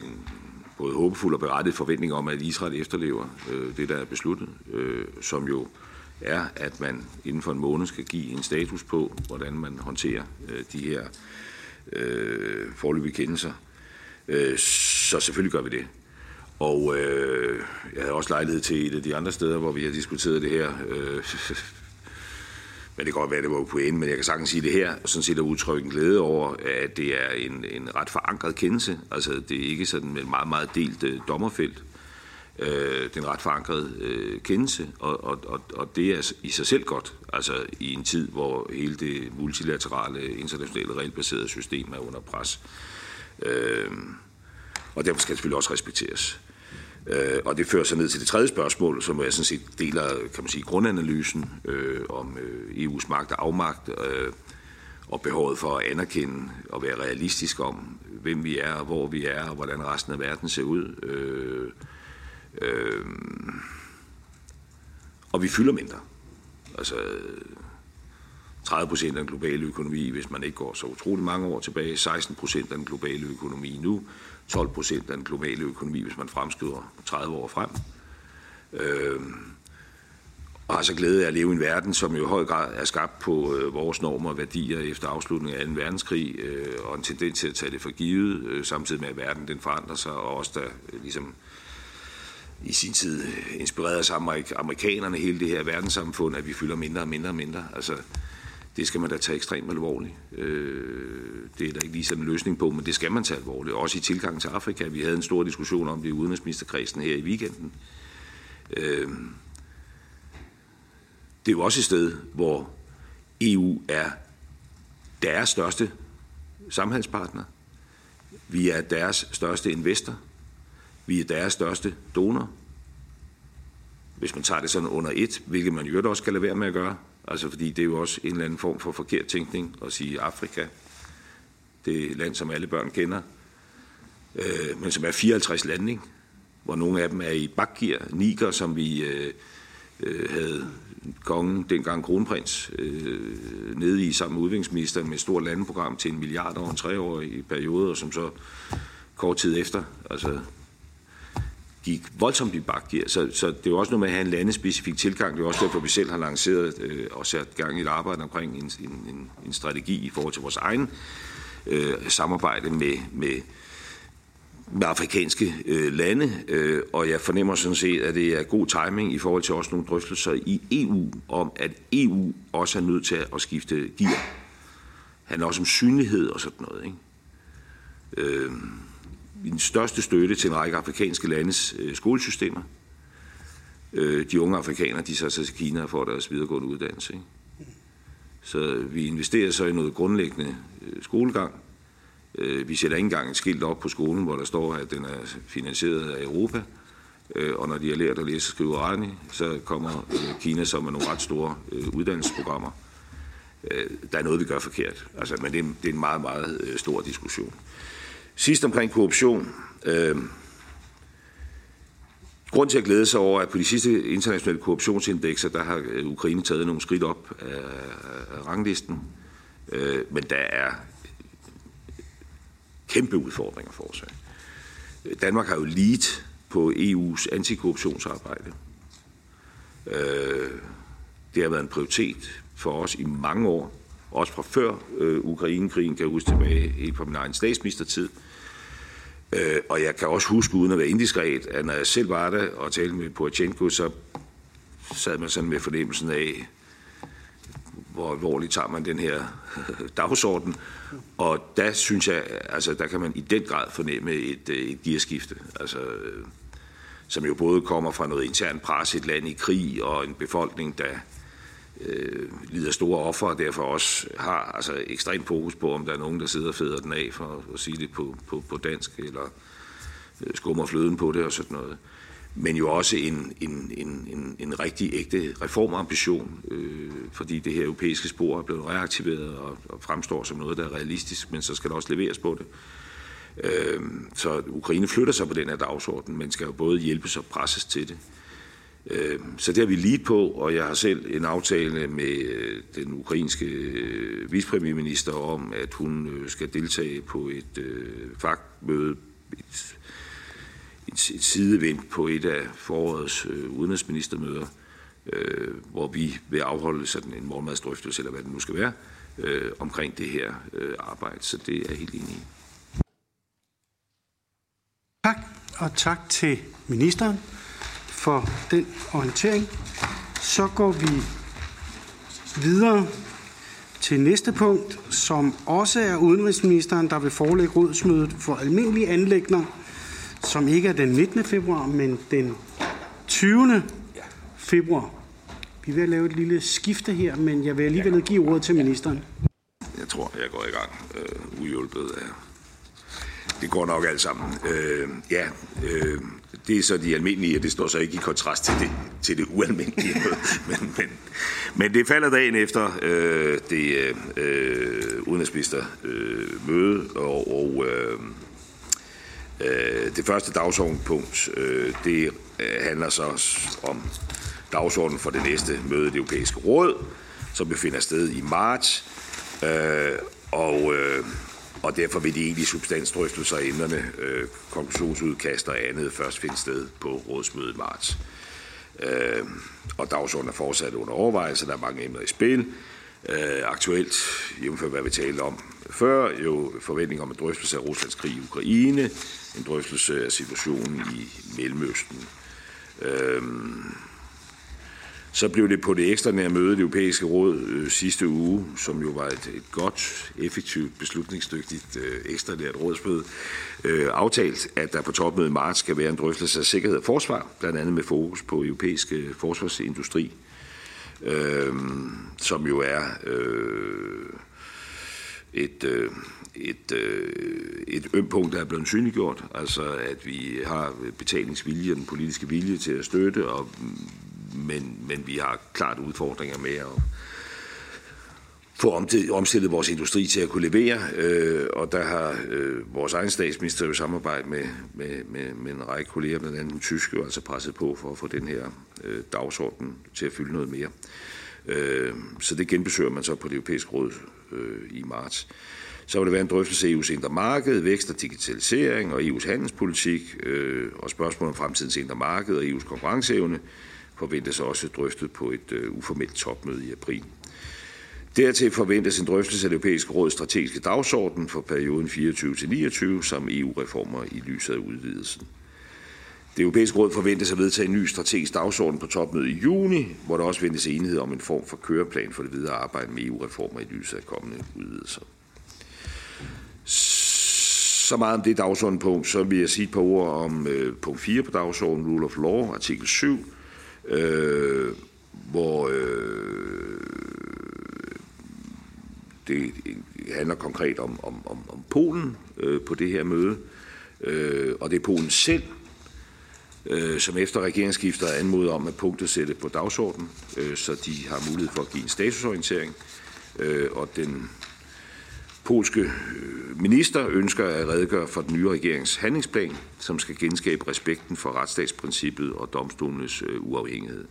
både håbefuld og berettiget forventning om, at Israel efterlever det, der er besluttet, som jo er, at man inden for en måned skal give en status på, hvordan man håndterer de her foreløbige kendelser. Så selvfølgelig gør vi det. Og jeg havde også lejlighed til et af de andre steder, hvor vi har diskuteret det her. Men det kan godt være, det var på enden, men jeg kan sagtens sige det her, sådan set at udtrykke en glæde over, at det er en ret forankret kendelse. Altså, det er ikke sådan et meget, meget delt dommerfelt. Det er en ret forankret kendelse, og det er i sig selv godt. Altså, i en tid, hvor hele det multilaterale, internationale, regelbaserede system er under pres. Og derfor skal det selvfølgelig også respekteres. Og det fører sig ned til det tredje spørgsmål, som jeg sådan set deler, kan man sige, grundanalysen om EU's magt og afmagt, og behovet for at anerkende og være realistisk om, hvem vi er, og hvor vi er, og hvordan resten af verden ser ud. Og vi fylder mindre. Altså 30% af den globale økonomi, hvis man ikke går så utrolig mange år tilbage, 16% af den globale økonomi nu, 12% af den globale økonomi, hvis man fremskrider 30 år frem. Og har så glæde af at leve i en verden, som jo i høj grad er skabt på vores normer og værdier efter afslutningen af 2. verdenskrig, og en tendens til at tage det for givet, samtidig med at verden den forandrer sig, og også der ligesom i sin tid inspirerede sig amerikanerne, hele det her verdenssamfund, at vi fylder mindre og mindre og mindre. Altså, det skal man da tage ekstremt alvorligt. Det er der ikke lige sådan en løsning på, men det skal man tage alvorligt. Også i tilgang til Afrika. Vi havde en stor diskussion om det i udenrigsministerkredsen her i weekenden. Det er jo også et sted, hvor EU er deres største samhandelspartner. Vi er deres største investor. Vi er deres største donor. Hvis man tager det sådan under et, hvilket man jo også skal lade være med at gøre. Altså fordi det er jo også en eller anden form for forkert tænkning at sige Afrika. Det er et land, som alle børn kender. Men som er 54 lande, ikke? Hvor nogle af dem er i bakgear. Niger, som vi havde kongen, dengang kronprins, nede i sammen med udviklingsministeren med et stort landeprogram til 1 milliard over en 3-årig periode, og som så kort tid efter altså gik voldsomt i bakgear. Så det er jo også noget med at have en landespecifik tilgang. Det er også derfor, vi selv har lanceret og sat gang i et arbejde omkring en strategi i forhold til vores egen samarbejde med afrikanske lande. Og jeg fornemmer sådan set, at det er god timing i forhold til også nogle drøftelser i EU, om at EU også er nødt til at skifte gear. Det handler også om synlighed og sådan noget, ikke? Den største støtte til en række afrikanske landes skolesystemer. De unge afrikanere, de så til Kina for deres videregående uddannelse. Ikke? Så vi investerer så i noget grundlæggende skolegang. Vi sætter ikke engang et skilt op på skolen, hvor der står, at den er finansieret af Europa. Og når de har lært at læse, skrive og regne, så kommer Kina så med nogle ret store uddannelsesprogrammer. Der er noget, vi gør forkert. Altså, men det er en meget, meget stor diskussion. Sidst omkring korruption. Grund til at glæde sig over, at på de sidste internationale korruptionsindekser, der har Ukraine taget nogle skridt op af ranglisten. Men der er kæmpe udfordringer for sig. Danmark har jo lead på EU's antikorruptionsarbejde. Det har været en prioritet for os i mange år. Også fra før Ukraine-krigen, kan jeg huske tilbage på min egen statsministertid. Og jeg kan også huske, uden at være indiskret, at når jeg selv var der og talte med Poroshenko, så sad man sådan med fornemmelsen af, hvor alvorligt tager man den her dagsorden. Og der synes jeg, altså der kan man i den grad fornemme et gearskifte. Altså, som jo både kommer fra noget internt pres, et land i krig og en befolkning, der lider store offer, og derfor også har altså ekstremt fokus på, om der er nogen, der sidder og fæder den af, for at sige det på dansk, eller skummer fløden på det og sådan noget. Men jo også en rigtig ægte reformambition, fordi det her europæiske spor er blevet reaktiveret og fremstår som noget, der er realistisk, men så skal der også leveres på det. Så Ukraine flytter sig på den her dagsorden, men skal jo både hjælpes og presses til det. Så det har vi lead på, og jeg har selv en aftale med den ukrainske vicepremierminister om, at hun skal deltage på et fagmøde et sideevent på et af forårets udenrigsministermøder, hvor vi vil afholde sådan en morgenmadsdrøftelse, eller hvad det nu skal være, omkring det her arbejde. Så det er jeg helt enig i. Tak, og tak til ministeren for den orientering. Så går vi videre til næste punkt, som også er udenrigsministeren, der vil forelægge rådsmødet for almindelige anliggender, som ikke er den 19. februar, men den 20. februar. Vi vil lave et lille skifte her, men jeg vil alligevel give ordet til ministeren. Jeg tror, jeg går i gang uhjulpet af. Det går nok alt sammen. Det er så de almindelige, og det står så ikke i kontrast til det ualmindelige. Men det falder dagen efter det udenrigsministermøde, og det første dagsordenspunkt, det handler så om dagsordenen for det næste møde i det europæiske råd, som befinder sted i marts, og derfor vil de egentlige substansdrøftelser af emnerne, konklusionsudkast og andet først finde sted på rådsmødet i marts. Og dagsordenen er fortsat under overvejelse, der er mange emner i spil. Aktuelt, jævnfør hvad vi talte om før, jo forventning om en drøftelse af Ruslands krig i Ukraine, en drøftelse af situationen i Mellemøsten. Så blev det på det ekstraordinære møde i det europæiske råd sidste uge, som jo var et godt, effektivt, beslutningsdygtigt ekstraordinært rådsmøde, aftalt, at der på topmødet i marts skal være en drøftelse af sikkerhed og forsvar, blandt andet med fokus på europæisk forsvarsindustri, som jo er et ømpunkt, der er blevet synliggjort, altså at vi har betalingsvilje og den politiske vilje til at støtte, men vi har klart udfordringer med at få omstillet vores industri til at kunne levere, og der har vores egen statsminister jo samarbejdet med en række kolleger, blandt andet den tyske, altså presset på for at få den her dagsorden til at fylde noget mere. Så det genbesøger man så på det europæiske råd i marts. Så vil der være en drøftelse af EU's indre marked, vækst og digitalisering og EU's handelspolitik, og spørgsmål om fremtidens indre marked og EU's konkurrenceevne forventes også drøftet på et uformelt topmøde i april. Dertil forventes en drøftelse af det europæiske råds strategiske dagsorden for perioden 24-29, som EU-reformer i lyset af udvidelsen. Det europæiske råd forventes at vedtage en ny strategisk dagsorden på topmødet i juni, hvor der også ventes enighed om en form for køreplan for det videre arbejde med EU-reformer i lyset af kommende udvidelser. Så meget om det dagsordenpunkt, så vil jeg sige et par ord om punkt 4 på dagsordenen, Rule of Law, artikel 7, hvor det handler konkret om Polen på det her møde, og det er Polen selv, som efter regeringsskiftet har anmodet om at punktet sætte på dagsordenen, så de har mulighed for at give en statusorientering, og den polske minister ønsker at redegøre for den nye regerings handlingsplan, som skal genskabe respekten for retsstatsprincippet og domstolenes uafhængighed.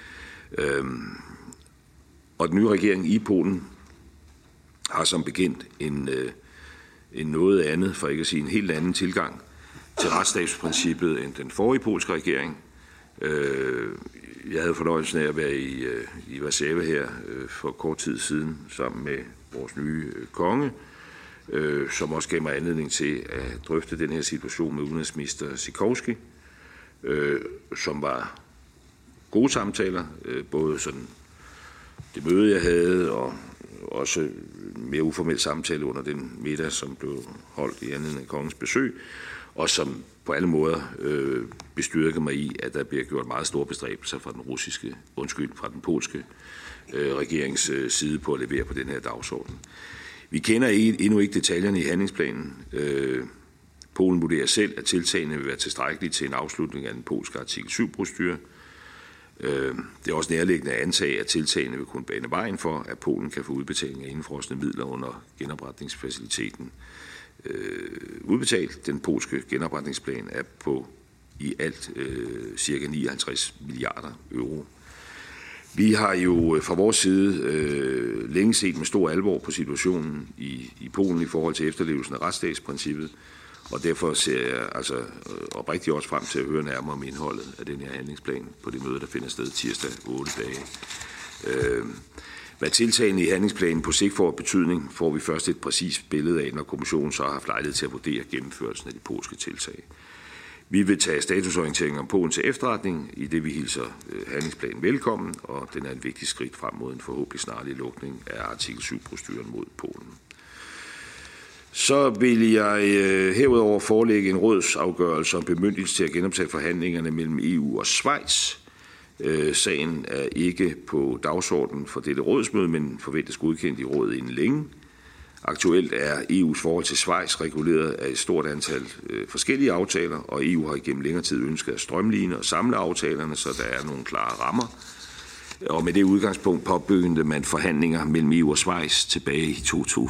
Og den nye regering i Polen har som bekendt en noget andet, for ikke at sige en helt anden tilgang til retsstatsprincippet end den forrige polske regering. Jeg havde fornøjelsen af at være i Warszawa her for kort tid siden sammen med vores nye konge, som også gav mig anledning til at drøfte den her situation med udenrigsminister Sikorski, som var gode samtaler, både sådan det møde, jeg havde, og også mere uformel samtale under den middag, som blev holdt i anledning af kongens besøg, og som på alle måder bestyrker mig i, at der bliver gjort meget store bestræbelser fra fra den polske regerings side på at levere på den her dagsorden. Vi kender endnu ikke detaljerne i handlingsplanen. Polen vurderer selv, at tiltagene vil være tilstrækkelige til en afslutning af den polske artikel 7-procedure. Det er også nærliggende at antage, at tiltagene vil kunne bane vejen for, at Polen kan få udbetaling af indefrosne midler under genopretningsfaciliteten udbetalt. Den polske genopretningsplan er på i alt ca. 59 milliarder euro. Vi har jo fra vores side længe set med stor alvor på situationen i Polen i forhold til efterlevelsen af retsstatsprincippet, Og derfor ser jeg altså oprigtigt også frem til at høre nærmere om indholdet af den her handlingsplan på det møde, der finder sted tirsdag 8 dage. Hvad tiltagene i handlingsplanen på sigt får betydning, får vi først et præcist billede af, når kommissionen så har haft lejlighed til at vurdere gennemførelsen af de polske tiltag. Vi vil tage statusorienteringen om Polen til efterretning, i det vi hilser handlingsplanen velkommen, og den er et vigtigt skridt frem mod en forhåbentlig snarlig lukning af artikel 7-proceduren mod Polen. Så vil jeg herudover forelægge en rådsafgørelse om bemyndigelse til at genoptage forhandlingerne mellem EU og Schweiz. Sagen er ikke på dagsordenen for dette rådsmøde, men forventes godkendt i rådet inden længe. Aktuelt er EU's forhold til Schweiz reguleret af et stort antal forskellige aftaler, og EU har igennem længere tid ønsket at strømline og samle aftalerne, så der er nogle klare rammer. Og med det udgangspunkt påbegyndte man forhandlinger mellem EU og Schweiz tilbage i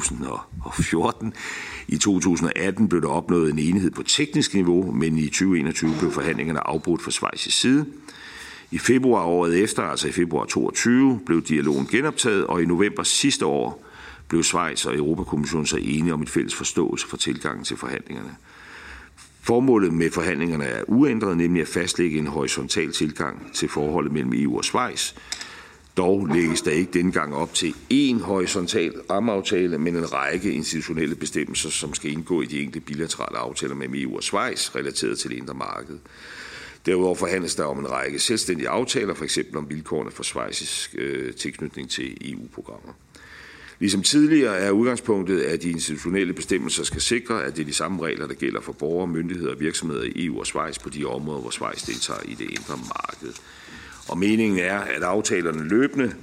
2014. I 2018 blev der opnået en enighed på teknisk niveau, men i 2021 blev forhandlingerne afbrudt fra Schweiz' side. I februar året efter, altså i februar 2022, blev dialogen genoptaget, og i november sidste år blev Schweiz og Europakommissionen så enige om et fælles forståelse for tilgangen til forhandlingerne. Formålet med forhandlingerne er uændret, nemlig at fastlægge en horisontal tilgang til forholdet mellem EU og Schweiz. Dog lægges der ikke denne gang op til én horisontal rammeaftale, men en række institutionelle bestemmelser, som skal indgå i de enkelte bilaterale aftaler mellem EU og Schweiz, relateret til det indre marked. Derudover forhandles der om en række selvstændige aftaler, f.eks. om vilkårene for Schweizisk tilknytning til EU-programmer. Ligesom tidligere er udgangspunktet, at de institutionelle bestemmelser skal sikre, at det er de samme regler, der gælder for borgere, myndigheder og virksomheder i EU og Schweiz på de områder, hvor Schweiz deltager i det indre marked. Og meningen er, at aftalerne løbende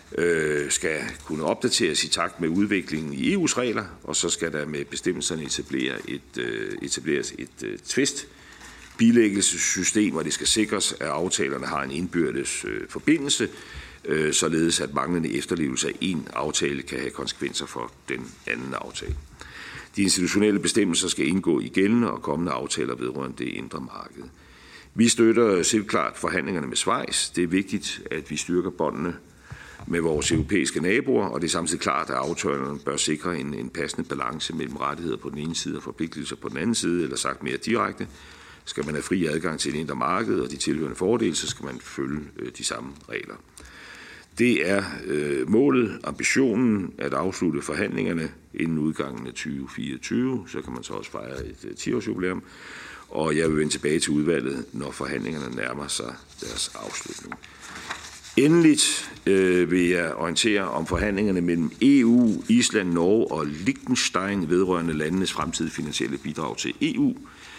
skal kunne opdateres i takt med udviklingen i EU's regler, og så skal der med bestemmelserne etableres et tvistbilæggelsessystem, og det skal sikres, at aftalerne har en indbyrdes forbindelse, således at manglende efterlevelse af en aftale kan have konsekvenser for den anden aftale. De institutionelle bestemmelser skal indgå i gældende og kommende aftaler vedrørende det indre marked. Vi støtter selvklart forhandlingerne med Schweiz. Det er vigtigt, at vi styrker båndene med vores europæiske naboer, og det er samtidig klart, at aftalerne bør sikre en passende balance mellem rettigheder på den ene side og forpligtelser på den anden side, eller sagt mere direkte. Skal man have fri adgang til det indre marked og de tilhørende fordele, så skal man følge de samme regler. Det er målet, ambitionen at afslutte forhandlingerne inden udgangen af 2024. Så kan man så også fejre et 10-årsjubilæum. Og jeg vil vende tilbage til udvalget, når forhandlingerne nærmer sig deres afslutning. Endeligt vil jeg orientere om forhandlingerne mellem EU, Island, Norge og Liechtenstein vedrørende landenes fremtidige finansielle bidrag til EU.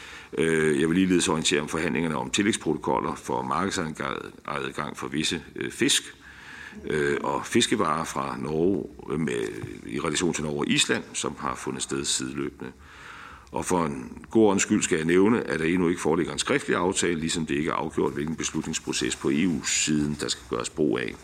Jeg vil ligeledes orientere om forhandlingerne om tillægsprotokoller for markedsadgang for visse fisk og fiskevarer fra Norge i relation til Norge og Island, som har fundet sted sideløbende. Og for en god ordens skyld skal jeg nævne, at der endnu ikke foreligger en skriftlig aftale, ligesom det ikke er afgjort, hvilken beslutningsproces på EU-siden, der skal gøres brug af.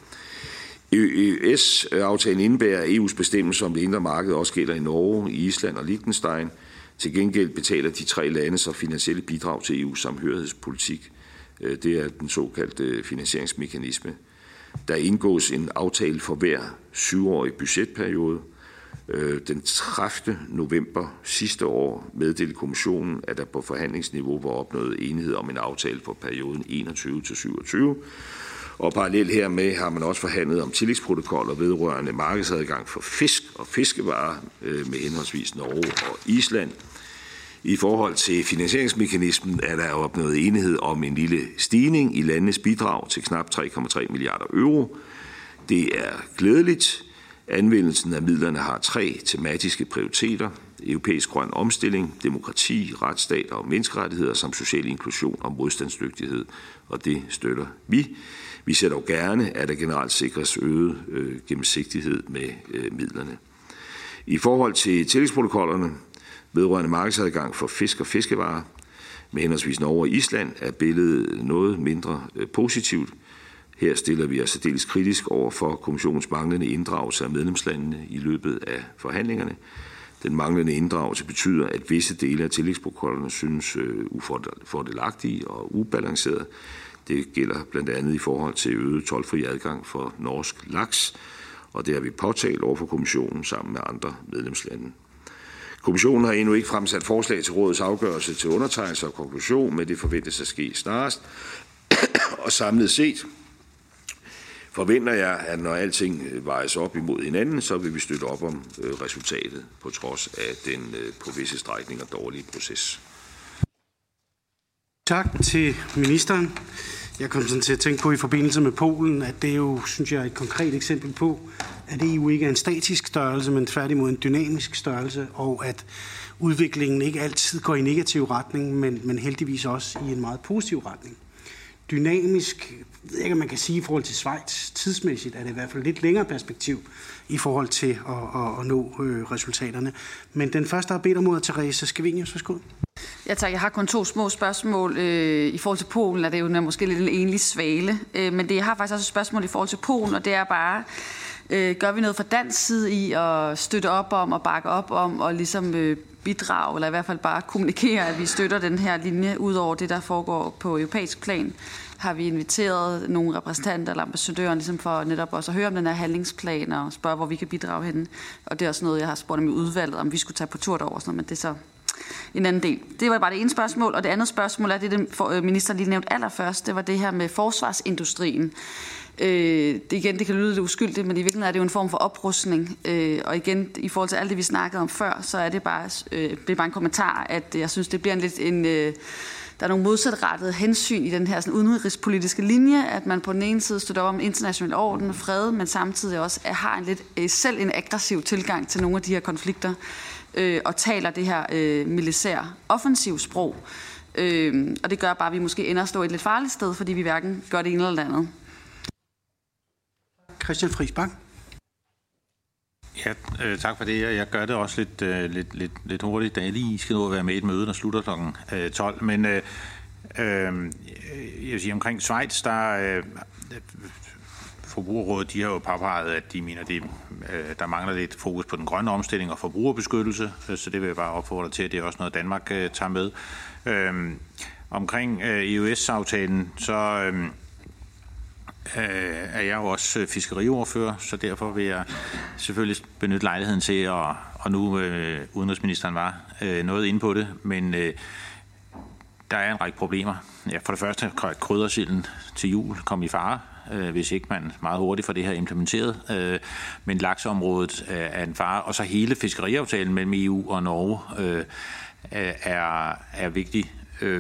EØS-aftalen indebærer, at EU's bestemmelser om det indre marked også gælder i Norge, Island og Liechtenstein. Til gengæld betaler de 3 lande så finansielle bidrag til EU's samhørighedspolitik. Det er den såkaldte finansieringsmekanisme. Der indgås en aftale for hver 7-årig budgetperiode. Den 30. november sidste år meddelte kommissionen, at der på forhandlingsniveau var opnået enighed om en aftale for perioden 21-27. Og parallelt hermed har man også forhandlet om tillægsprotokoller vedrørende markedsadgang for fisk og fiskevarer med henholdsvis Norge og Island. I forhold til finansieringsmekanismen er der opnået enighed om en lille stigning i landenes bidrag til knap 3,3 milliarder euro. Det er glædeligt. Anvendelsen af midlerne har 3 tematiske prioriteter: europæisk grøn omstilling, demokrati, retsstat og menneskerettigheder samt social inklusion og modstandsdygtighed, og det støtter vi. Vi ser dog gerne, at der generelt sikres øget gennemsigtighed med midlerne. I forhold til tillægsprotokollerne vedrørende markedsadgang for fisk og fiskevarer med henholdsvis Norge og Island er billedet noget mindre positivt. Her stiller vi os særdeles kritisk over for kommissionens manglende inddragelse af medlemslandene i løbet af forhandlingerne. Den manglende inddragelse betyder, at visse dele af tillægsprotokollerne synes ufordelagtige og ubalancerede. Det gælder blandt andet i forhold til øget toldfri adgang for norsk laks, og det har vi påtalt over for kommissionen sammen med andre medlemslande. Kommissionen har endnu ikke fremsat forslag til rådets afgørelse til undertegnelse og konklusion, men det forventes at ske snarest. Og samlet set forventer jeg, at når alting vejes op imod hinanden, så vil vi støtte op om resultatet på trods af den på visse strækninger dårlige proces. Tak til ministeren. Jeg kom sådan til at tænke på i forbindelse med Polen, at det er jo, synes jeg, er et konkret eksempel på, at EU ikke er en statisk størrelse, men tværtimod en dynamisk størrelse, og at udviklingen ikke altid går i negativ retning, men heldigvis også i en meget positiv retning. Dynamisk, jeg ved ikke, om man kan sige i forhold til Schweiz, tidsmæssigt er det i hvert fald lidt længere perspektiv i forhold til at nå resultaterne. Men den første har bedt om ordet, Therese Scavenius. Værsgo. Ja tak, jeg har kun 2 små spørgsmål. I forhold til Polen er det jo måske lidt en enlig svale, men jeg har faktisk også et spørgsmål i forhold til Polen, og det er bare, gør vi noget fra dansk side i at støtte op om og bakke op om og ligesom bidrage, eller i hvert fald bare kommunikere, at vi støtter den her linje, ud over det, der foregår på europæisk plan? Har vi inviteret nogle repræsentanter eller ambassadører ligesom for netop også at høre om den her handlingsplan og spørge, hvor vi kan bidrage henne. Og det er også noget, jeg har spurgt om i udvalget, om vi skulle tage på tur derover, sådan noget, men det er så en anden del. Det var bare det ene spørgsmål, og det andet spørgsmål er det ministeren lige nævnte allerførst, det var det her med forsvarsindustrien. Det kan lyde lidt uskyldigt, men i virkeligheden er det jo en form for oprustning. Og igen, i forhold til alt det, vi snakkede om før, så er det bare en kommentar, at jeg synes, det bliver der er nogle modsatrettede hensyn i den her sådan udenrigspolitiske linje, at man på den ene side støtter om international orden og fred, men samtidig også har selv en aggressiv tilgang til nogle af de her konflikter, og taler det her militær offensiv sprog. Og det gør bare, at vi måske ender at stå et lidt farligt sted, fordi vi hverken gør det ene eller det andet. Christian Friis Bach. Ja, tak for det. Jeg gør det også lidt hurtigt, da jeg lige skal nå at være med i et møde, der slutter kl. 12. Men jeg vil sige, omkring Schweiz, der Forbrugerrådet, de har jo påpeget, at de mener, der mangler lidt fokus på den grønne omstilling og forbrugerbeskyttelse, så det vil jeg bare opfordre til, at det er også noget, Danmark tager med. Omkring EØS-aftalen, så er jeg jo også fiskeriordfører, så derfor vil jeg selvfølgelig benytte lejligheden til, og nu udenrigsministeren var noget inde på det, men der er en række problemer. Ja, for det første kan kryddersilden til jul komme i fare, hvis ikke man meget hurtigt får det her implementeret. Men lakseområdet er en fare, og så hele fiskeriaftalen mellem EU og Norge er vigtig.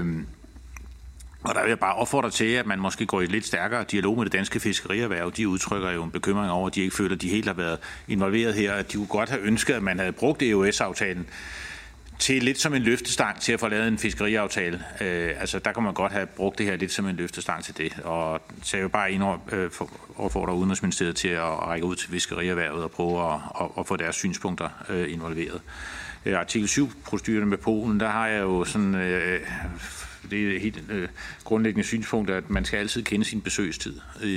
Og der vil jeg bare opfordre til, at man måske går i lidt stærkere dialog med det danske fiskerierhverv. De udtrykker jo en bekymring over, at de ikke føler, at de helt har været involveret her. At de kunne godt have ønsket, at man havde brugt EØS-aftalen til lidt som en løftestang til at få lavet en fiskeriaftale. Altså der kan man godt have brugt det her lidt som en løftestang til det. Og så jeg vil bare opfordre Udenrigsministeriet til at række ud til fiskerierhvervet og prøve at få deres synspunkter involveret. Artikel 7-proceduren med Polen, der har jeg jo sådan... Det er et helt grundlæggende synspunkt, at man skal altid kende sin besøgstid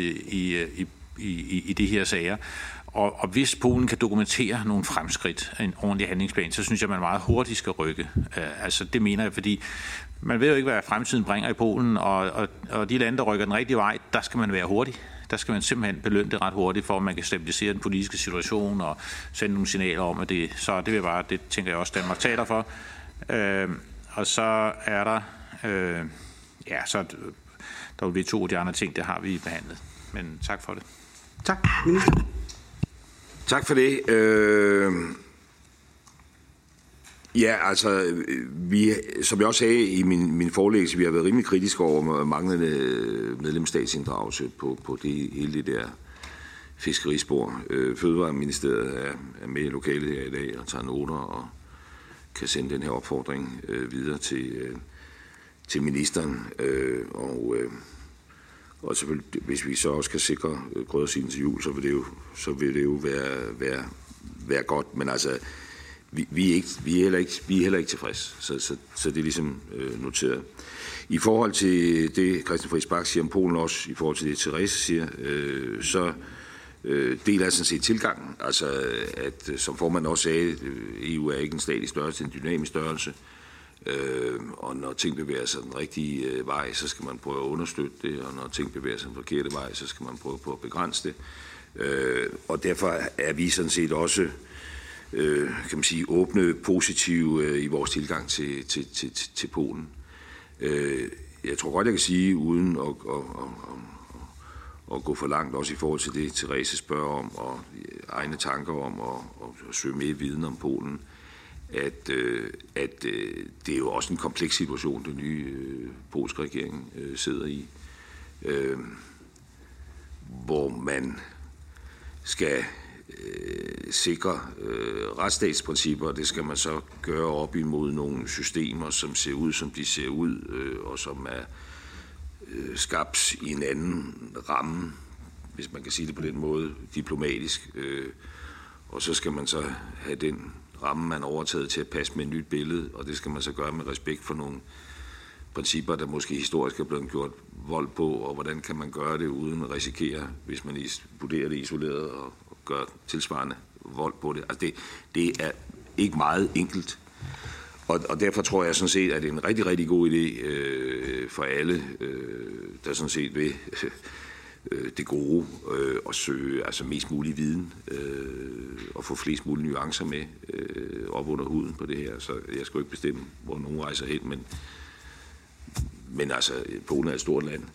i de her sager. Og hvis Polen kan dokumentere nogle fremskridt, en ordentlig handlingsplan, så synes jeg, at man meget hurtigt skal rykke. Altså det mener jeg, fordi man ved jo ikke, hvad fremtiden bringer i Polen, og de lande, der rykker den rigtige vej, der skal man være hurtig. Der skal man simpelthen belønne det ret hurtigt, for at man kan stabilisere den politiske situation og sende nogle signaler om, at det. Så det vil bare, det tænker jeg også, Danmark taler for. Og så er der... så der vil vi 2 af de andre ting, det har vi behandlet. Men tak for det. Tak, minister. Tak for det. Som jeg også sagde i min forelæggelse, vi har været rimelig kritiske over manglende medlemsstatsinddragelse på hele det der fiskerispor. Fødevareministeriet er med i lokalet her i dag og tager noter og kan sende den her opfordring videre til ministeren, og selvfølgelig, hvis vi så også kan sikre kryddersilden til jul, så vil det jo være godt, men altså vi er heller ikke tilfreds, så det er ligesom noteret. I forhold til det, Christian Friis Bach siger om Polen, også i forhold til det, Therese siger, så deler jeg sådan set tilgangen, altså at som formanden også sagde, EU er ikke en statisk størrelse, det er en dynamisk størrelse. Og når ting bevæger sig den rigtige vej, så skal man prøve at understøtte det, og når ting bevæger sig den forkerte vej, så skal man prøve på at begrænse det. Og derfor er vi sådan set også kan man sige, åbne, positive i vores tilgang til Polen. Jeg tror godt, jeg kan sige, uden at gå for langt, også i forhold til det, Therese spørger om, og egne tanker om at søge mere viden om Polen, at det er jo også en kompleks situation, den nye polske regering sidder i, hvor man skal sikre retsstatsprincipper, og det skal man så gøre op imod nogle systemer, som ser ud, som de ser ud, og som er skabt i en anden ramme, hvis man kan sige det på den måde, diplomatisk. Og så skal man så have den ramme, man overtaget til at passe med et nyt billede, og det skal man så gøre med respekt for nogle principper, der måske historisk er blevet gjort vold på, og hvordan kan man gøre det uden at risikere, hvis man vurderer det isoleret og gør tilsvarende vold på det. Altså det er ikke meget enkelt. Og derfor tror jeg sådan set, at det er en rigtig, rigtig god idé for alle, der sådan set vil det gode at søge altså mest mulig viden og få flest mulige nuancer med op under huden på det her. Så jeg skal jo ikke bestemme, hvor nogen rejser hen, men altså, Polen er et stort land.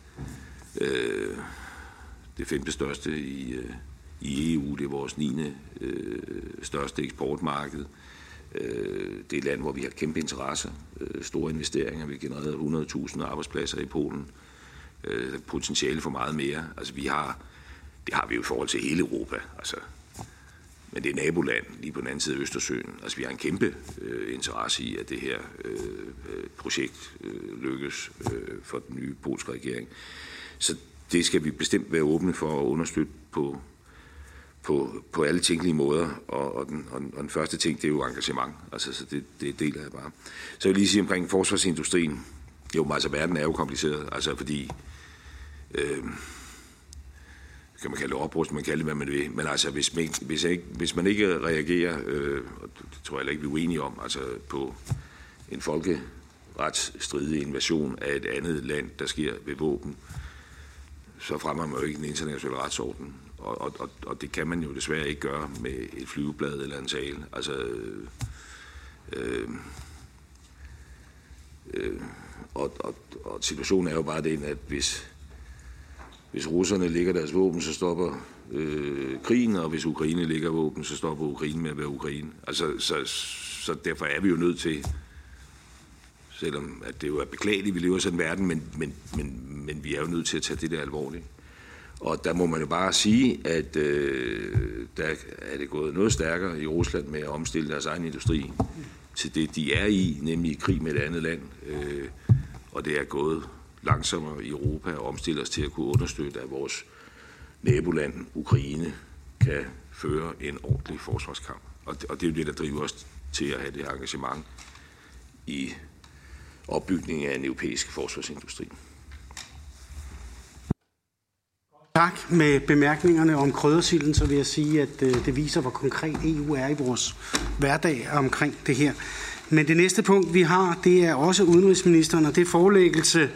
Det 5. største i EU, det er vores 9. største eksportmarked. Det er et land, hvor vi har kæmpe interesse, store investeringer. Vi har genereret 100.000 arbejdspladser i Polen. Potentiale for meget mere. Altså det har vi jo i forhold til hele Europa. Altså, men det er naboland lige på den anden side af Østersøen. Altså vi har en kæmpe interesse i, at det her projekt lykkes for den nye polske regering. Så det skal vi bestemt være åbne for at understøtte på alle tænkelige måder, og den første ting, det er jo engagement. Altså, så det deler jeg bare. Så jeg vil lige sige omkring forsvarsindustrien. Jo, altså verden er jo kompliceret, altså fordi kan man kalde det oprustning, man kan kalde det, hvad man vil, men altså hvis man ikke reagerer, og det tror jeg heller ikke, vi er uenige om, altså på en folkeretsstridig invasion af et andet land, der sker ved våben, så fremmer man jo ikke den internationale retsorden. Og det kan man jo desværre ikke gøre med et flyveblad eller en tale. Altså, og situationen er jo bare den, at hvis russerne lægger deres våben, så stopper krigen, og hvis Ukraine lægger våben, så stopper Ukraine med at være Ukraine. Altså, så derfor er vi jo nødt til, selvom at det jo er beklageligt, vi lever i sådan en verden, men vi er jo nødt til at tage det der alvorligt. Og der må man jo bare sige, at der er det gået noget stærkere i Rusland med at omstille deres egen industri til det, de er i, nemlig i krig med et andet land. Og det er gået langsommere i Europa at omstille os til at kunne understøtte, at vores naboland, Ukraine, kan føre en ordentlig forsvarskamp. Og det er jo det, der driver os til at have det engagement i opbygningen af en europæisk forsvarsindustri. Tak. Med bemærkningerne om kryddersilden, så vil jeg sige, at det viser, hvor konkret EU er i vores hverdag omkring det her. Men det næste punkt, vi har, det er også udenrigsministeren, og det er forelæggelse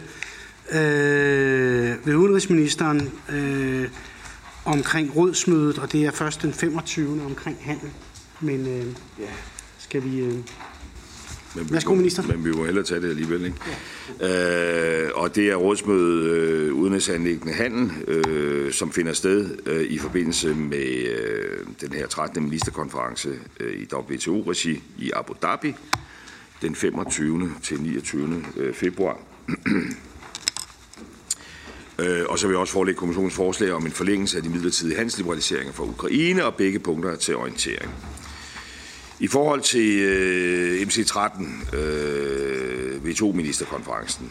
ved udenrigsministeren omkring rådsmødet, og det er først den 25. omkring handel. Men skal vi... Værsgo, minister. Men vi må hellere tage det alligevel, ikke? Ja. Og det er rådsmødet udenrigsanliggende handel, som finder sted i forbindelse med den her 13. ministerkonference i WTO-regi i Abu Dhabi den 25. til 29. februar. Og så vil jeg også forelægge kommissionens forslag om en forlængelse af de midlertidige handelsliberaliseringer for Ukraine, og begge punkter er til orientering. I forhold til MC13, WTO-ministerkonferencen,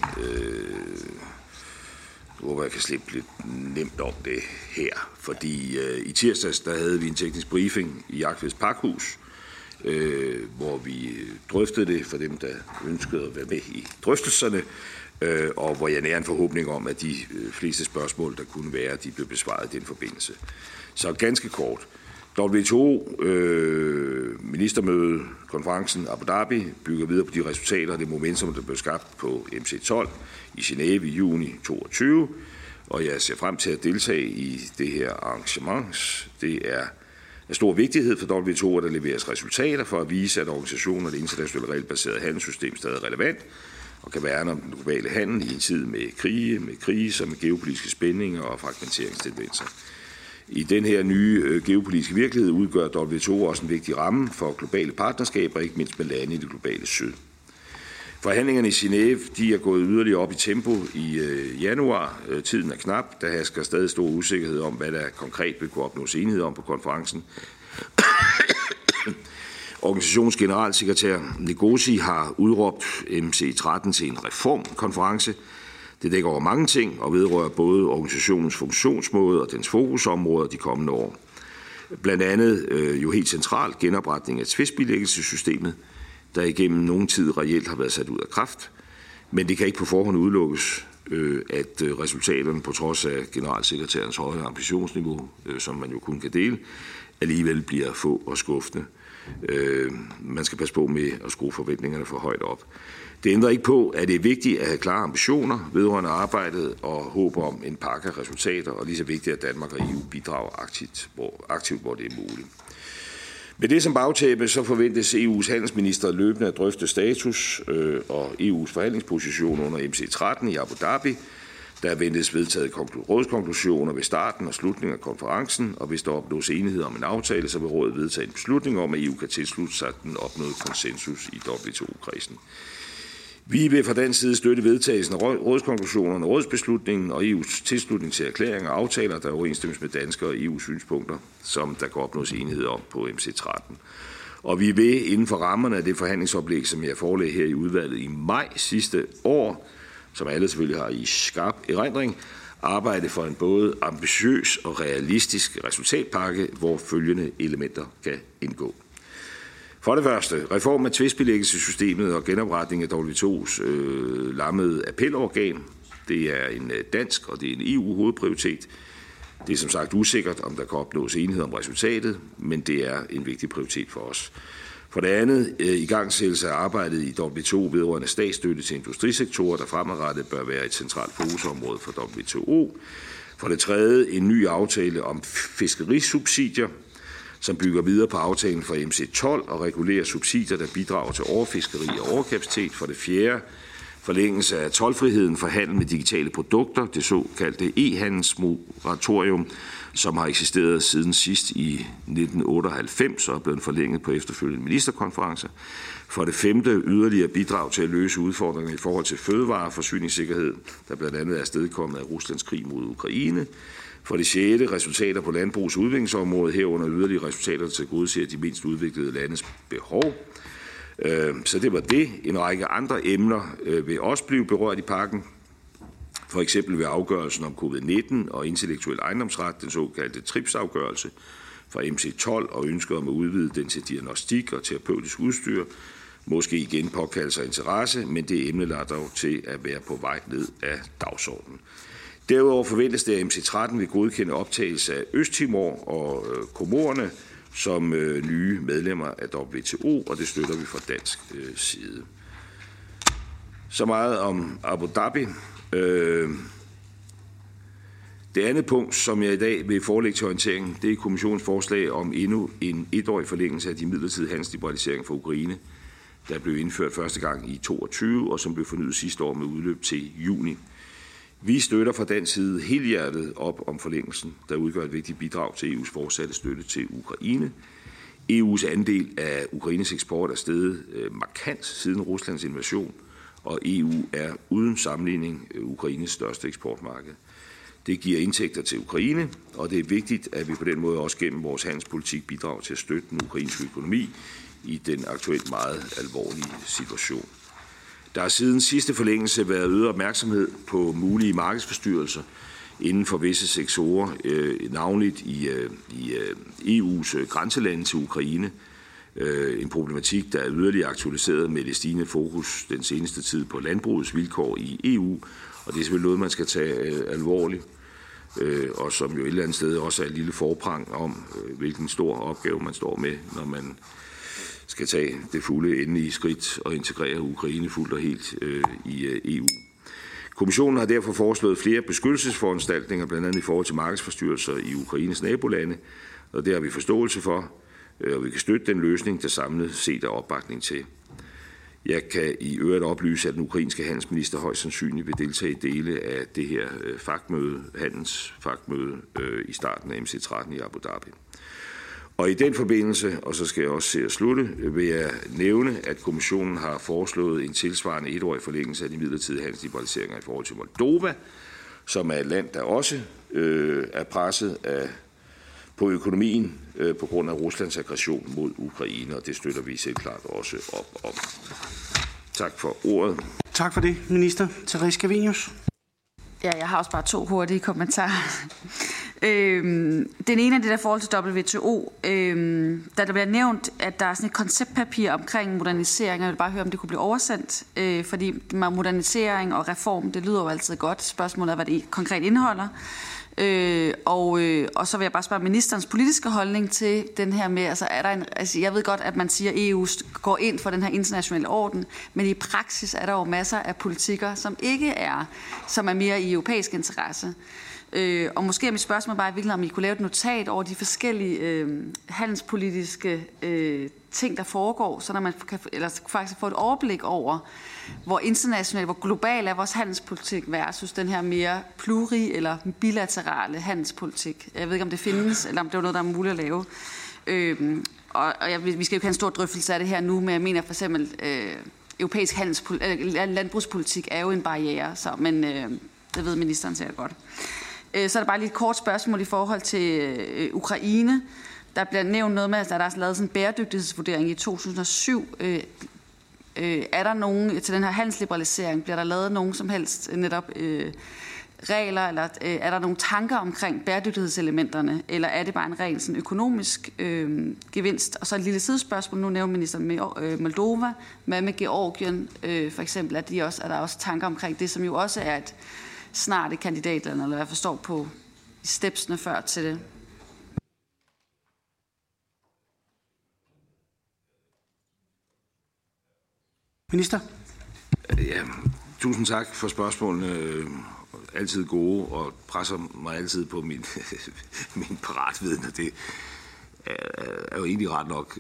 håber jeg kan slippe lidt nemt om det her, fordi i tirsdags der havde vi en teknisk briefing i Jagtveds Pakhus, hvor vi drøftede det for dem, der ønskede at være med i drøftelserne, og hvor jeg nærer en forhåbning om, at de fleste spørgsmål, der kunne være, de blev besvaret i den forbindelse. Så ganske kort. WTO ministermøde, konferencen Abu Dhabi, bygger videre på de resultater og det momentum, der blev skabt på MC12 i Genève i juni 2022, og jeg ser frem til at deltage i det her arrangement. Det er Af stor vigtighed for WTO, at der leveres resultater for at vise, at organisationen og det internationale regelbaserede handelssystem stadig er relevant og kan værne om den globale handel i en tid med kriser, med geopolitiske spændinger og fragmenteringstendenser. I den her nye geopolitiske virkelighed udgør WTO også en vigtig ramme for globale partnerskaber, ikke mindst med lande i det globale syd. Forhandlingerne i Genève er gået yderligere op i tempo i januar. Tiden er knap. Der hersker stadig stor usikkerhed om, hvad der konkret vil kunne opnås enighed om på konferencen. Organisationens generalsekretær Ngozi har udråbt MC13 til en reformkonference. Det dækker over mange ting og vedrører både organisationens funktionsmåde og dens fokusområder de kommende år. Blandt andet jo helt centralt genopretning af tvistbilæggelsessystemet, der igennem nogen tid reelt har været sat ud af kraft. Men det kan ikke på forhånd udelukkes, at resultaterne på trods af generalsekretærens høje ambitionsniveau, som man jo kun kan dele, alligevel bliver få og skuffende. Man skal passe på med at skrue forventningerne for højt op. Det ændrer ikke på, at det er vigtigt at have klare ambitioner vedrørende arbejdet og håb om en pakke af resultater, og lige så vigtigt, at Danmark og EU bidrager aktivt, hvor det er muligt. Med det som bagtæppe, så forventes EU's handelsminister løbende at drøfte status og EU's forhandlingsposition under MC13 i Abu Dhabi. Der ventes vedtaget rådskonklusioner ved starten og slutningen af konferencen, og hvis der opnås enighed om en aftale, så vil rådet vedtage en beslutning om, at EU kan tilslutte sig den opnåede konsensus i WTO-kredsen. Vi vil fra dansk side støtte vedtagelsen af rådskonklusionerne og rådsbeslutningen og EU's tilslutning til erklæringer og aftaler, der overensstemmes med danske og EU's synspunkter, som der kan opnås enighed om på MC13. Og vi vil inden for rammerne af det forhandlingsoplæg, som jeg forelagde her i udvalget i maj sidste år, som alle selvfølgelig har i skarp erindring, arbejde for en både ambitiøs og realistisk resultatpakke, hvor følgende elementer kan indgå. For det første, reform af tvistbilæggelsessystemet og genopretning af WTO's lammede appelorgan. Det er en dansk og det er en EU-hovedprioritet. Det er som sagt usikkert, om der kan opnås enighed om resultatet, men det er en vigtig prioritet for os. For det andet, igangsættelse af arbejdet i WTO vedrørende statsstøtte til industrisektorer, der fremadrettet bør være et centralt fokusområde for WTO. For det tredje, en ny aftale om fiskerisubsidier, som bygger videre på aftalen fra MC12 og regulerer subsidier, der bidrager til overfiskeri og overkapacitet. For det fjerde, forlængelse af toldfriheden for handel med digitale produkter, det såkaldte e-handelsmoratorium, som har eksisteret siden sidst i 1998 og er blevet forlænget på efterfølgende ministerkonferencer. For det femte, yderligere bidrag til at løse udfordringer i forhold til fødevareforsyningssikkerhed, der blandt andet er afstedkommet af Ruslands krig mod Ukraine. For det sjette, resultater på landbrugs- og udviklingsområdet, herunder yderligere resultater, der tilgodeser de mindst udviklede landes behov. Så det var det. En række andre emner vil også blive berørt i pakken. For eksempel ved afgørelsen om covid-19 og intellektuel ejendomsret, den såkaldte TRIPS-afgørelse fra MC12 og ønsker om at udvide den til diagnostik og terapeutisk udstyr, måske igen påkalde sig interesse, men det emne lader dog til at være på vej ned af dagsordenen. Derudover forventes det, at MC13 vil godkende optagelse af Østtimor og Komorerne som nye medlemmer af WTO, og det støtter vi fra dansk side. Så meget om Abu Dhabi. Det andet punkt, som jeg i dag vil forelægge til orientering, det er kommissionens forslag om endnu en etårig forlængelse af de midlertidige handelsliberaliseringer for Ukraine, der blev indført første gang i 2022, og som blev fornyet sidste år med udløb til juni. Vi støtter fra dansk side helhjertet op om forlængelsen, der udgør et vigtigt bidrag til EU's fortsatte støtte til Ukraine. EU's andel af Ukraines eksport er steget markant siden Ruslands invasion, og EU er uden sammenligning Ukraines største eksportmarked. Det giver indtægter til Ukraine, og det er vigtigt, at vi på den måde også gennem vores handelspolitik bidrager til at støtte den ukrainske økonomi i den aktuelt meget alvorlige situation. Der har siden sidste forlængelse været øget opmærksomhed på mulige markedsforstyrrelser inden for visse sektorer, navnligt i EU's grænselande til Ukraine. En problematik, der er yderligere aktualiseret med det stigende fokus den seneste tid på landbrugets vilkår i EU, og det er selvfølgelig noget, man skal tage alvorligt, og som jo et eller andet sted også er et lille forprang om, hvilken stor opgave man står med, når man skal tage det fulde endelige skridt og integrere Ukraine fuldt og helt i EU. Kommissionen har derfor foreslået flere beskyttelsesforanstaltninger, blandt andet i forhold til markedsforstyrrelser i Ukraines nabolande, og det har vi forståelse for, og vi kan støtte den løsning, der samlet set er opbakning til. Jeg kan i øvrigt oplyse, at den ukrainske handelsminister højst sandsynligt vil deltage i dele af det her handelsfagtmøde i starten af MC13 i Abu Dhabi. Og i den forbindelse, og så skal jeg også se at slutte, vil jeg nævne, at kommissionen har foreslået en tilsvarende etårig forlængelse af de midlertidige handelsliberaliseringer i forhold til Moldova, som er et land, der også er presset på økonomien på grund af Ruslands aggression mod Ukraine, og det støtter vi selvklart også op om. Tak for ordet. Tak for det, minister. Therese Scavenius. Ja, jeg har også bare 2 hurtige kommentarer. Den ene af det der forhold til WTO, da der bliver nævnt, at der er sådan et konceptpapir omkring modernisering, jeg vil bare høre, om det kunne blive oversendt, fordi modernisering og reform, det lyder jo altid godt. Spørgsmålet er, hvad det konkret indeholder. Og så vil jeg bare spørge ministerens politiske holdning til den her med, altså jeg ved godt, at man siger, at EU går ind for den her internationale orden, men i praksis er der jo masser af politikker, som er mere i europæisk interesse. Og måske er mit spørgsmål bare, om I kunne lave et notat over de forskellige handelspolitiske ting, der foregår, så man kan faktisk få et overblik over, hvor internationalt, hvor global er vores handelspolitik versus den her mere eller bilaterale handelspolitik. Jeg ved ikke, om det findes, eller om det er noget, der er muligt at lave. Vi skal jo ikke have en stor drøftelse af det her nu, men jeg mener for eksempel, europæisk landbrugspolitik er jo en barriere, men det ved ministeren sikkert godt. Så er der bare lige et kort spørgsmål i forhold til Ukraine. Der bliver nævnt noget med, at der er lavet sådan en bæredygtighedsvurdering i 2007. Er der nogen til den her handelsliberalisering? Bliver der lavet nogen som helst netop regler, eller er der nogle tanker omkring bæredygtighedselementerne, eller er det bare en ren sådan økonomisk gevinst? Og så et lille sidespørgsmål, nu nævner ministeren med Moldova, med Georgien for eksempel, er der også tanker omkring det, som jo også er et snart et kandidatland, eller jeg forstår på stepsene før til det. Minister? Ja, tusind tak for spørgsmålene. Altid gode, og presser mig altid på min paratviden, og det er jo egentlig ret nok.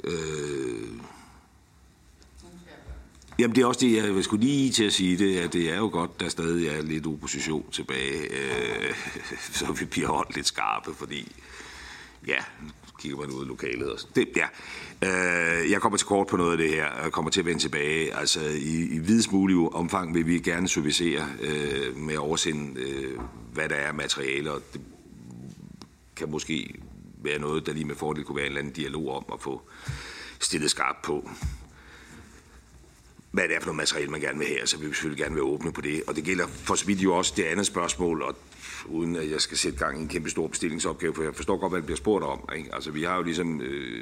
Jamen det er også det, jeg skulle lige til at sige det, at det er jo godt, der stadig er lidt opposition tilbage, så vi bliver holdt lidt skarpe, fordi ja, kigger man ud i lokalet og det, ja. Jeg kommer til kort på noget af det her, og kommer til at vende tilbage. Altså i videst mulig omfang vil vi gerne servicere med at oversende, hvad der er materiale, og det kan måske være noget, der lige med fordel kunne være en eller anden dialog om at få stillet skarpt på, hvad det er for noget materiale, man gerne vil have, så vil vi selvfølgelig gerne være åbne på det. Og det gælder for så vidt jo også det andet spørgsmål, og uden at jeg skal sætte gang i en kæmpe stor bestillingsopgave, for jeg forstår godt, hvad det bliver spurgt om. Ikke? Altså vi har jo ligesom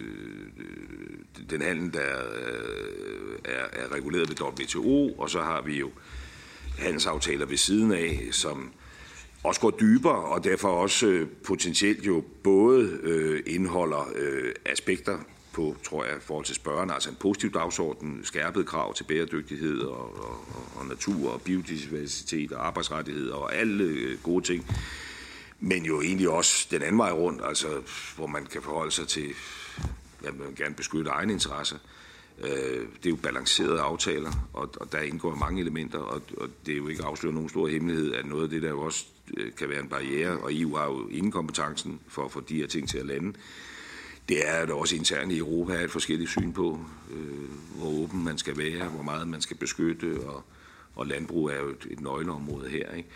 den handel, der er reguleret ved WTO, og så har vi jo handelsaftaler ved siden af, som også går dybere, og derfor også potentielt jo både indeholder aspekter på, tror jeg, i forhold til spørgeren, altså en positiv dagsorden, skærpet krav til bæredygtighed og natur og biodiversitet og arbejdsrettigheder og alle gode ting, men jo egentlig også den anden vej rundt, altså hvor man kan forholde sig til, at man gerne beskytte egne interesser. Det er jo balancerede aftaler, og der indgår mange elementer, og det er jo ikke afsløret nogen stor hemmelighed, at noget af det, der jo også kan være en barriere, og EU har jo indenkompetencen for at få de her ting til at lande. Det er der også internt i Europa et forskelligt syn på, hvor åben man skal være, hvor meget man skal beskytte, og landbrug er jo et nøgleområde her, ikke?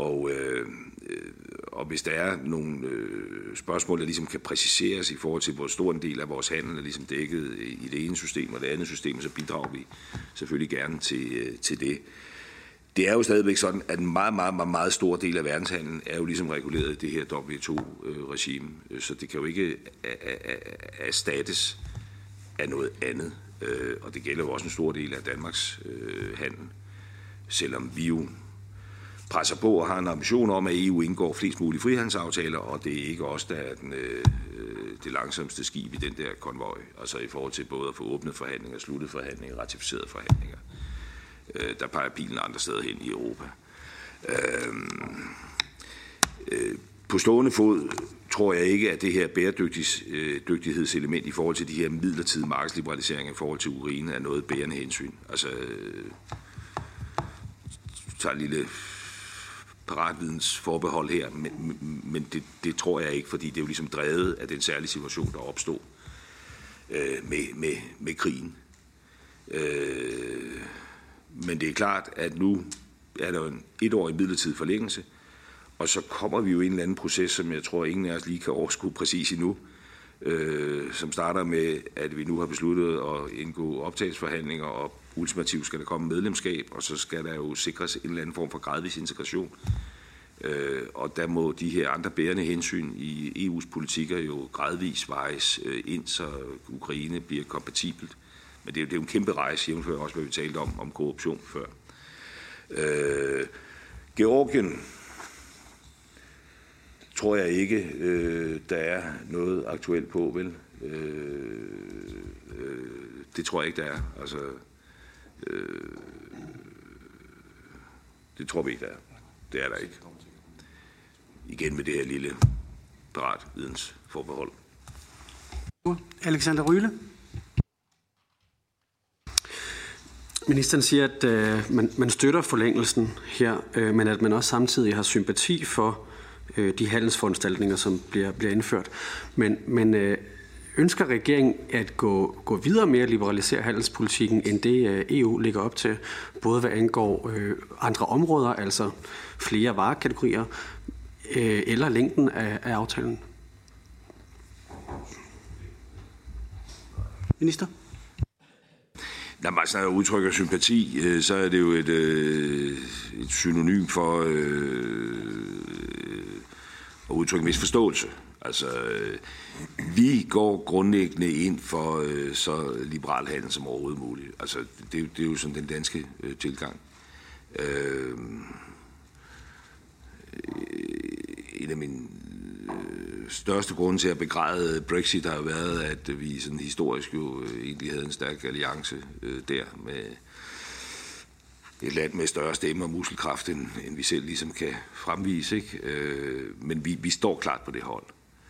Og hvis der er nogle spørgsmål, der ligesom kan præciseres i forhold til, hvor stor en del af vores handel er ligesom dækket i det ene system og det andet system, så bidrager vi selvfølgelig gerne til det. Det er jo stadigvæk sådan, at en meget, meget, meget, meget stor del af verdenshandlen er jo ligesom reguleret i det her WTO-regime, så det kan jo ikke erstattes af noget andet. Og det gælder jo også en stor del af Danmarks handel, selvom vi jo presser på og har en ambition om, at EU indgår flest mulige frihandelsaftaler, og det er ikke os, der er det langsomste skib i den der konvoj, altså i forhold til både at få åbnet forhandlinger, sluttet forhandlinger, ratificeret forhandlinger. Der peger bilen andre steder hen i Europa. På stående fod tror jeg ikke, at det her bæredygtighedselement i forhold til de her midlertidige markedsliberaliseringer i forhold til Ukraine er noget bærende hensyn. Altså, tager en lille paratvidensforbehold her, men det tror jeg ikke, fordi det er jo ligesom drevet af den særlige situation, der opstod med krigen. Men det er klart, at nu er der en etårig midlertidig forlængelse, og så kommer vi jo i en eller anden proces, som jeg tror, ingen af os lige kan overskue præcis endnu, som starter med, at vi nu har besluttet at indgå optagelsesforhandlinger, og ultimativt skal der komme medlemskab, og så skal der jo sikres en eller anden form for gradvis integration. Og der må de her andre bærende hensyn i EU's politikker jo gradvis vejes ind, så Ukraine bliver kompatibelt. Men det er jo en kæmpe rejse, jævnfør også, hvad vi talte om korruption før. Georgien tror jeg ikke, der er noget aktuelt på, vel? Det tror jeg ikke, der er. Altså, det tror vi ikke, der er. Det er der ikke. Igen med det her lille paratvidensforbehold. Alexander Ryle. Ministeren siger, at man støtter forlængelsen her, men at man også samtidig har sympati for de handelsforanstaltninger, som bliver indført. Men ønsker regeringen at gå videre med at liberalisere handelspolitikken, end det EU ligger op til, både hvad angår andre områder, altså flere varekategorier, eller længden af aftalen? Minister? Når man altså udtrykker sympati, så er det jo et synonym for at udtrykke misforståelse. Altså, vi går grundlæggende ind for så liberal handel som overhovedet muligt. Altså, det er jo sådan den danske tilgang. En af mine største grunde til at begræde Brexit har været, at vi sådan historisk jo egentlig havde en stærk alliance der med et land med større stemme og muskelkraft, end vi selv ligesom kan fremvise, ikke? Men vi står klart på det hold.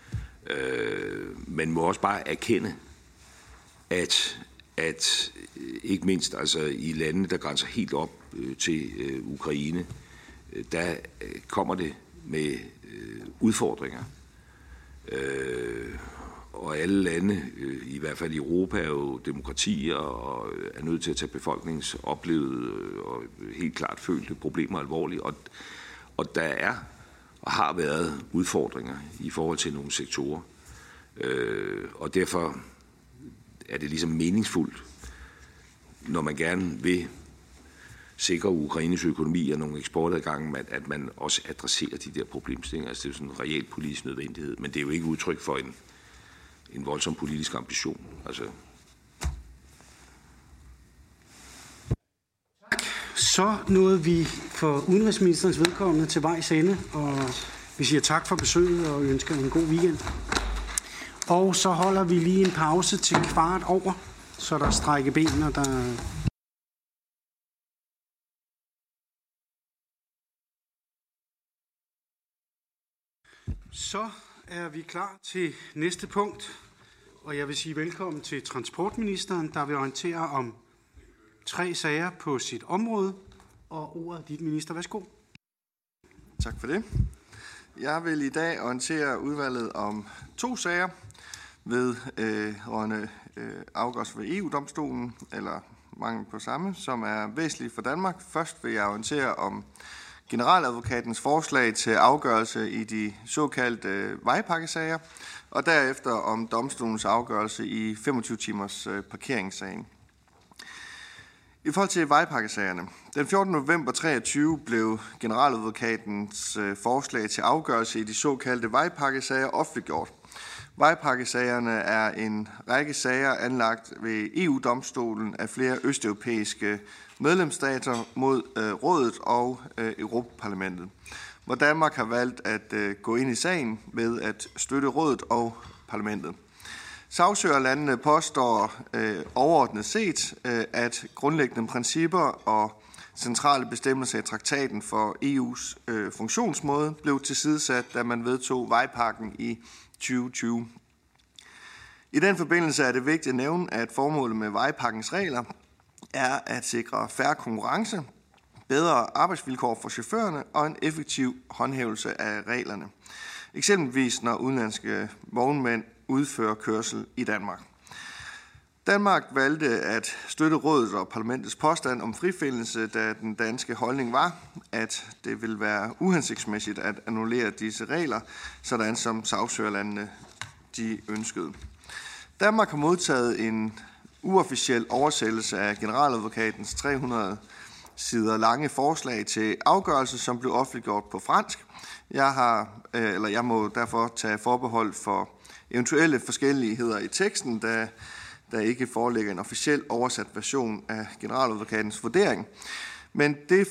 Man må også bare erkende, at ikke mindst altså i lande, der grænser helt op til Ukraine, der kommer det med udfordringer. Og alle lande, i hvert fald i Europa, er jo demokratier og er nødt til at tage befolkningsoplevede og helt klart følte problemer alvorligt. Og der er og har været udfordringer i forhold til nogle sektorer. Og derfor er det ligesom meningsfuldt, når man gerne vil sikre Ukraines økonomi og nogle eksportadgange, at man også adresserer de der problemstillinger. Altså det er jo sådan en reelt politisk nødvendighed, men det er jo ikke udtryk for en voldsom politisk ambition. Altså. Så nåede vi for udenrigsministerens vedkommende til vejs ende, og vi siger tak for besøget og ønsker en god weekend. Og så holder vi lige en pause til 15:15, så der strækker ben, og der... Så er vi klar til næste punkt, og jeg vil sige velkommen til transportministeren, der vil orientere om 3 sager på sit område, og ordet er dit, minister. Værsgo. Tak for det. Jeg vil i dag orientere udvalget om 2 sager vedrørende afgørelse ved EU-domstolen, eller mangel på samme, som er væsentlige for Danmark. Først vil jeg orientere om generaladvokatens forslag til afgørelse i de såkaldte vejpakkesager, og derefter om domstolens afgørelse i 25-timers parkeringssagen. I forhold til vejpakkesagerne. Den 14. november 2023 blev generaladvokatens forslag til afgørelse i de såkaldte vejpakkesager offentliggjort. Vejpakkesagerne er en række sager anlagt ved EU-domstolen af flere østeuropæiske medlemsstater mod Rådet og Europaparlamentet, hvor Danmark har valgt at gå ind i sagen ved at støtte Rådet og Parlamentet. Sagsøgerlandene påstår overordnet set, at grundlæggende principper og centrale bestemmelser i traktaten for EU's funktionsmåde blev tilsidesat, da man vedtog vejpakken i 2020. I den forbindelse er det vigtigt at nævne, at formålet med vejpakkens regler er at sikre fair konkurrence, bedre arbejdsvilkår for chaufførerne og en effektiv håndhævelse af reglerne. Eksempelvis når udenlandske vognmænd udfører kørsel i Danmark. Danmark valgte at støtte rådet og parlamentets påstand om frifindelse, da den danske holdning var, at det ville være uhensigtsmæssigt at annullere disse regler, sådan som sagsøgerlandene de ønskede. Danmark har modtaget en uofficiel oversættelse af generaladvokatens 300 sider lange forslag til afgørelse, som blev offentliggjort på fransk. Jeg må derfor tage forbehold for eventuelle forskelligheder i teksten, da der ikke foreligger en officiel oversat version af generaladvokatens vurdering. Men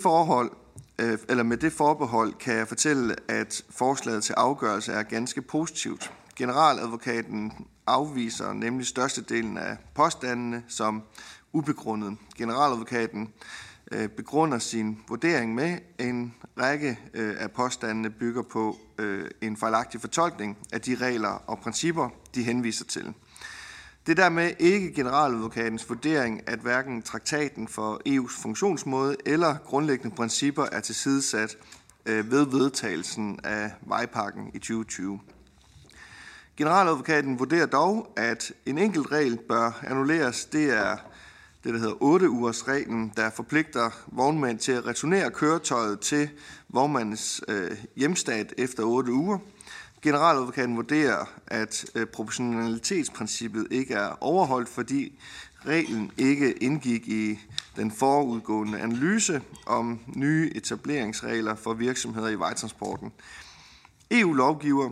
med det forbehold kan jeg fortælle, at forslaget til afgørelse er ganske positivt. Generaladvokaten afviser nemlig størstedelen af påstandene som ubegrundet. Generaladvokaten begrunder sin vurdering med, en række af påstandene bygger på en fejlagtig fortolkning af de regler og principper, de henviser til. Det er dermed ikke generaladvokatens vurdering, at hverken traktaten for EU's funktionsmåde eller grundlæggende principper er tilsidesat ved vedtagelsen af vejpakken i 2020. Generaladvokaten vurderer dog, at en enkelt regel bør annulleres. Det er det, der hedder 8-ugers-reglen, der forpligter vognmænd til at returnere køretøjet til vognmandens hjemstat efter 8 uger. Generaladvokaten vurderer, at proportionalitetsprincippet ikke er overholdt, fordi reglen ikke indgik i den forudgående analyse om nye etableringsregler for virksomheder i vejtransporten. EU-lovgiver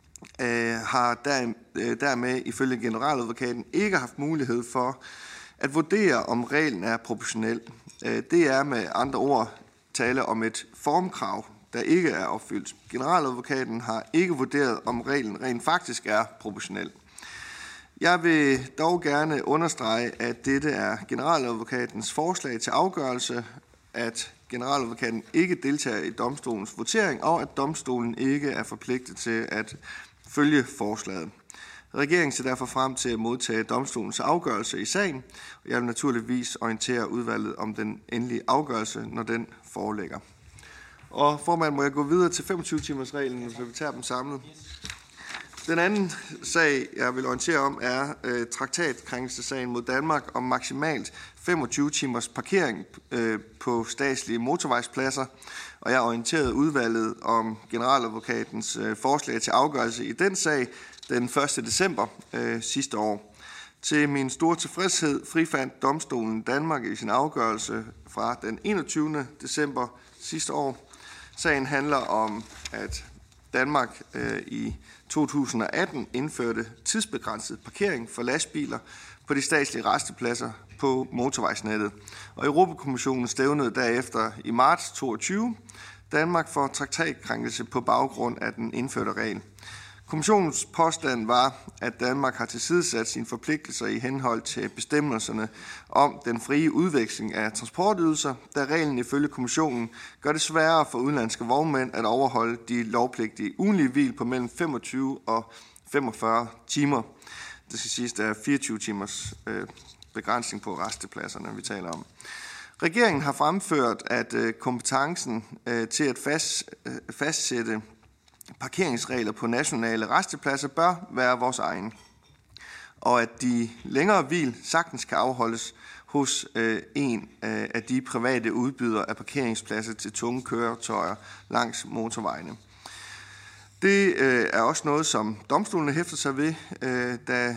har dermed ifølge generaladvokaten ikke haft mulighed for at vurdere, om reglen er proportionel. Det er med andre ord tale om et formkrav, der ikke er opfyldt. Generaladvokaten har ikke vurderet, om reglen rent faktisk er proportionel. Jeg vil dog gerne understrege, at dette er generaladvokatens forslag til afgørelse, at generaladvokaten ikke deltager i domstolens votering, og at domstolen ikke er forpligtet til at følge forslaget. Regeringen ser derfor frem til at modtage domstolens afgørelse i sagen, og jeg vil naturligvis orientere udvalget om den endelige afgørelse, når den foreligger. Og formand, må jeg gå videre til 25-timers-reglen, så vi tager dem samlet. Den anden sag, jeg vil orientere om, er traktatkrænkelsessagen mod Danmark om maksimalt 25 timers parkering på statslige motorvejspladser. Og jeg orienterede udvalget om generaladvokatens forslag til afgørelse i den sag den 1. december sidste år. Til min store tilfredshed frifandt domstolen Danmark i sin afgørelse fra den 21. december sidste år. Sagen handler om, at Danmark i 2018 indførte tidsbegrænset parkering for lastbiler på de statslige rastepladser på motorvejsnettet. Og Europakommissionen stævnede derefter i marts 2022 Danmark for traktatkrænkelse på baggrund af den indførte regel. Kommissionens påstand var, at Danmark har tilsidesat sine forpligtelser i henhold til bestemmelserne om den frie udveksling af transportydelser, da reglen ifølge kommissionen gør det sværere for udenlandske vognmænd at overholde de lovpligtige ugentlige hvil på mellem 25 og 45 timer. Det skal siges, der er 24 timers begrænsning på restepladserne, vi taler om. Regeringen har fremført, at kompetencen til at fastsætte parkeringsregler på nationale rastepladser bør være vores egen, og at de længere hvil sagtens kan afholdes hos en af de private udbydere af parkeringspladser til tunge køretøjer langs motorvejene. Det er også noget, som domstolene hæfter sig ved, da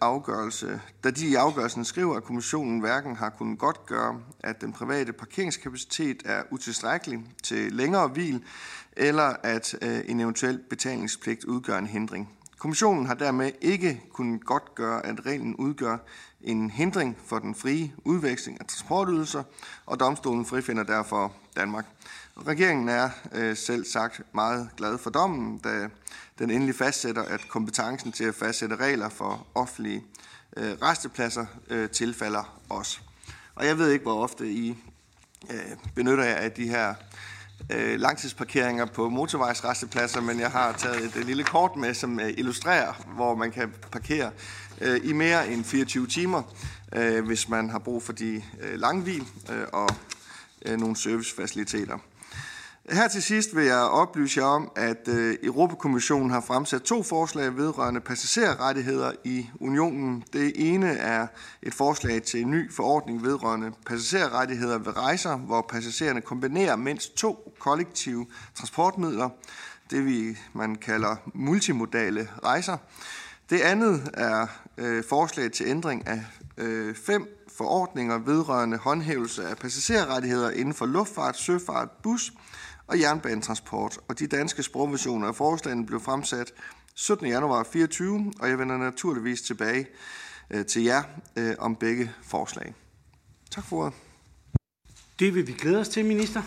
de i afgørelsen skriver, at kommissionen hverken har kunnet godtgøre, at den private parkeringskapacitet er utilstrækkelig til længere hvil, eller at en eventuel betalingspligt udgør en hindring. Kommissionen har dermed ikke kunnet godtgøre, at reglen udgør en hindring for den frie udveksling af transportydelser, og domstolen frifinder derfor Danmark. Regeringen er selv sagt meget glad for dommen, da den endelig fastsætter, at kompetencen til at fastsætte regler for offentlige rastepladser tilfalder os. Og jeg ved ikke, hvor ofte I benytter jer af de her langtidsparkeringer på motorvejsrastepladser, men jeg har taget et lille kort med, som illustrerer, hvor man kan parkere i mere end 24 timer, hvis man har brug for de lange hvil og nogle servicefaciliteter. Her til sidst vil jeg oplyse jer om, at Europakommissionen har fremsat 2 forslag vedrørende passagerrettigheder i unionen. Det ene er et forslag til en ny forordning vedrørende passagerrettigheder ved rejser, hvor passagererne kombinerer mindst 2 kollektive transportmidler, det man kalder multimodale rejser. Det andet er forslag til ændring af 5 forordninger vedrørende håndhævelse af passagerrettigheder inden for luftfart, søfart, bus og jernbanetransport, og de danske sprogversioner af forslagene blev fremsat 17. januar 2024, og jeg vender naturligvis tilbage til jer om begge forslag. Tak for ordet. Det vil vi glæde os til, minister.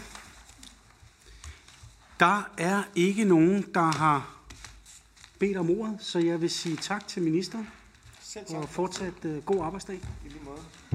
Der er ikke nogen, der har bedt om ordet, så jeg vil sige tak til ministeren og fortsat god arbejdsdag.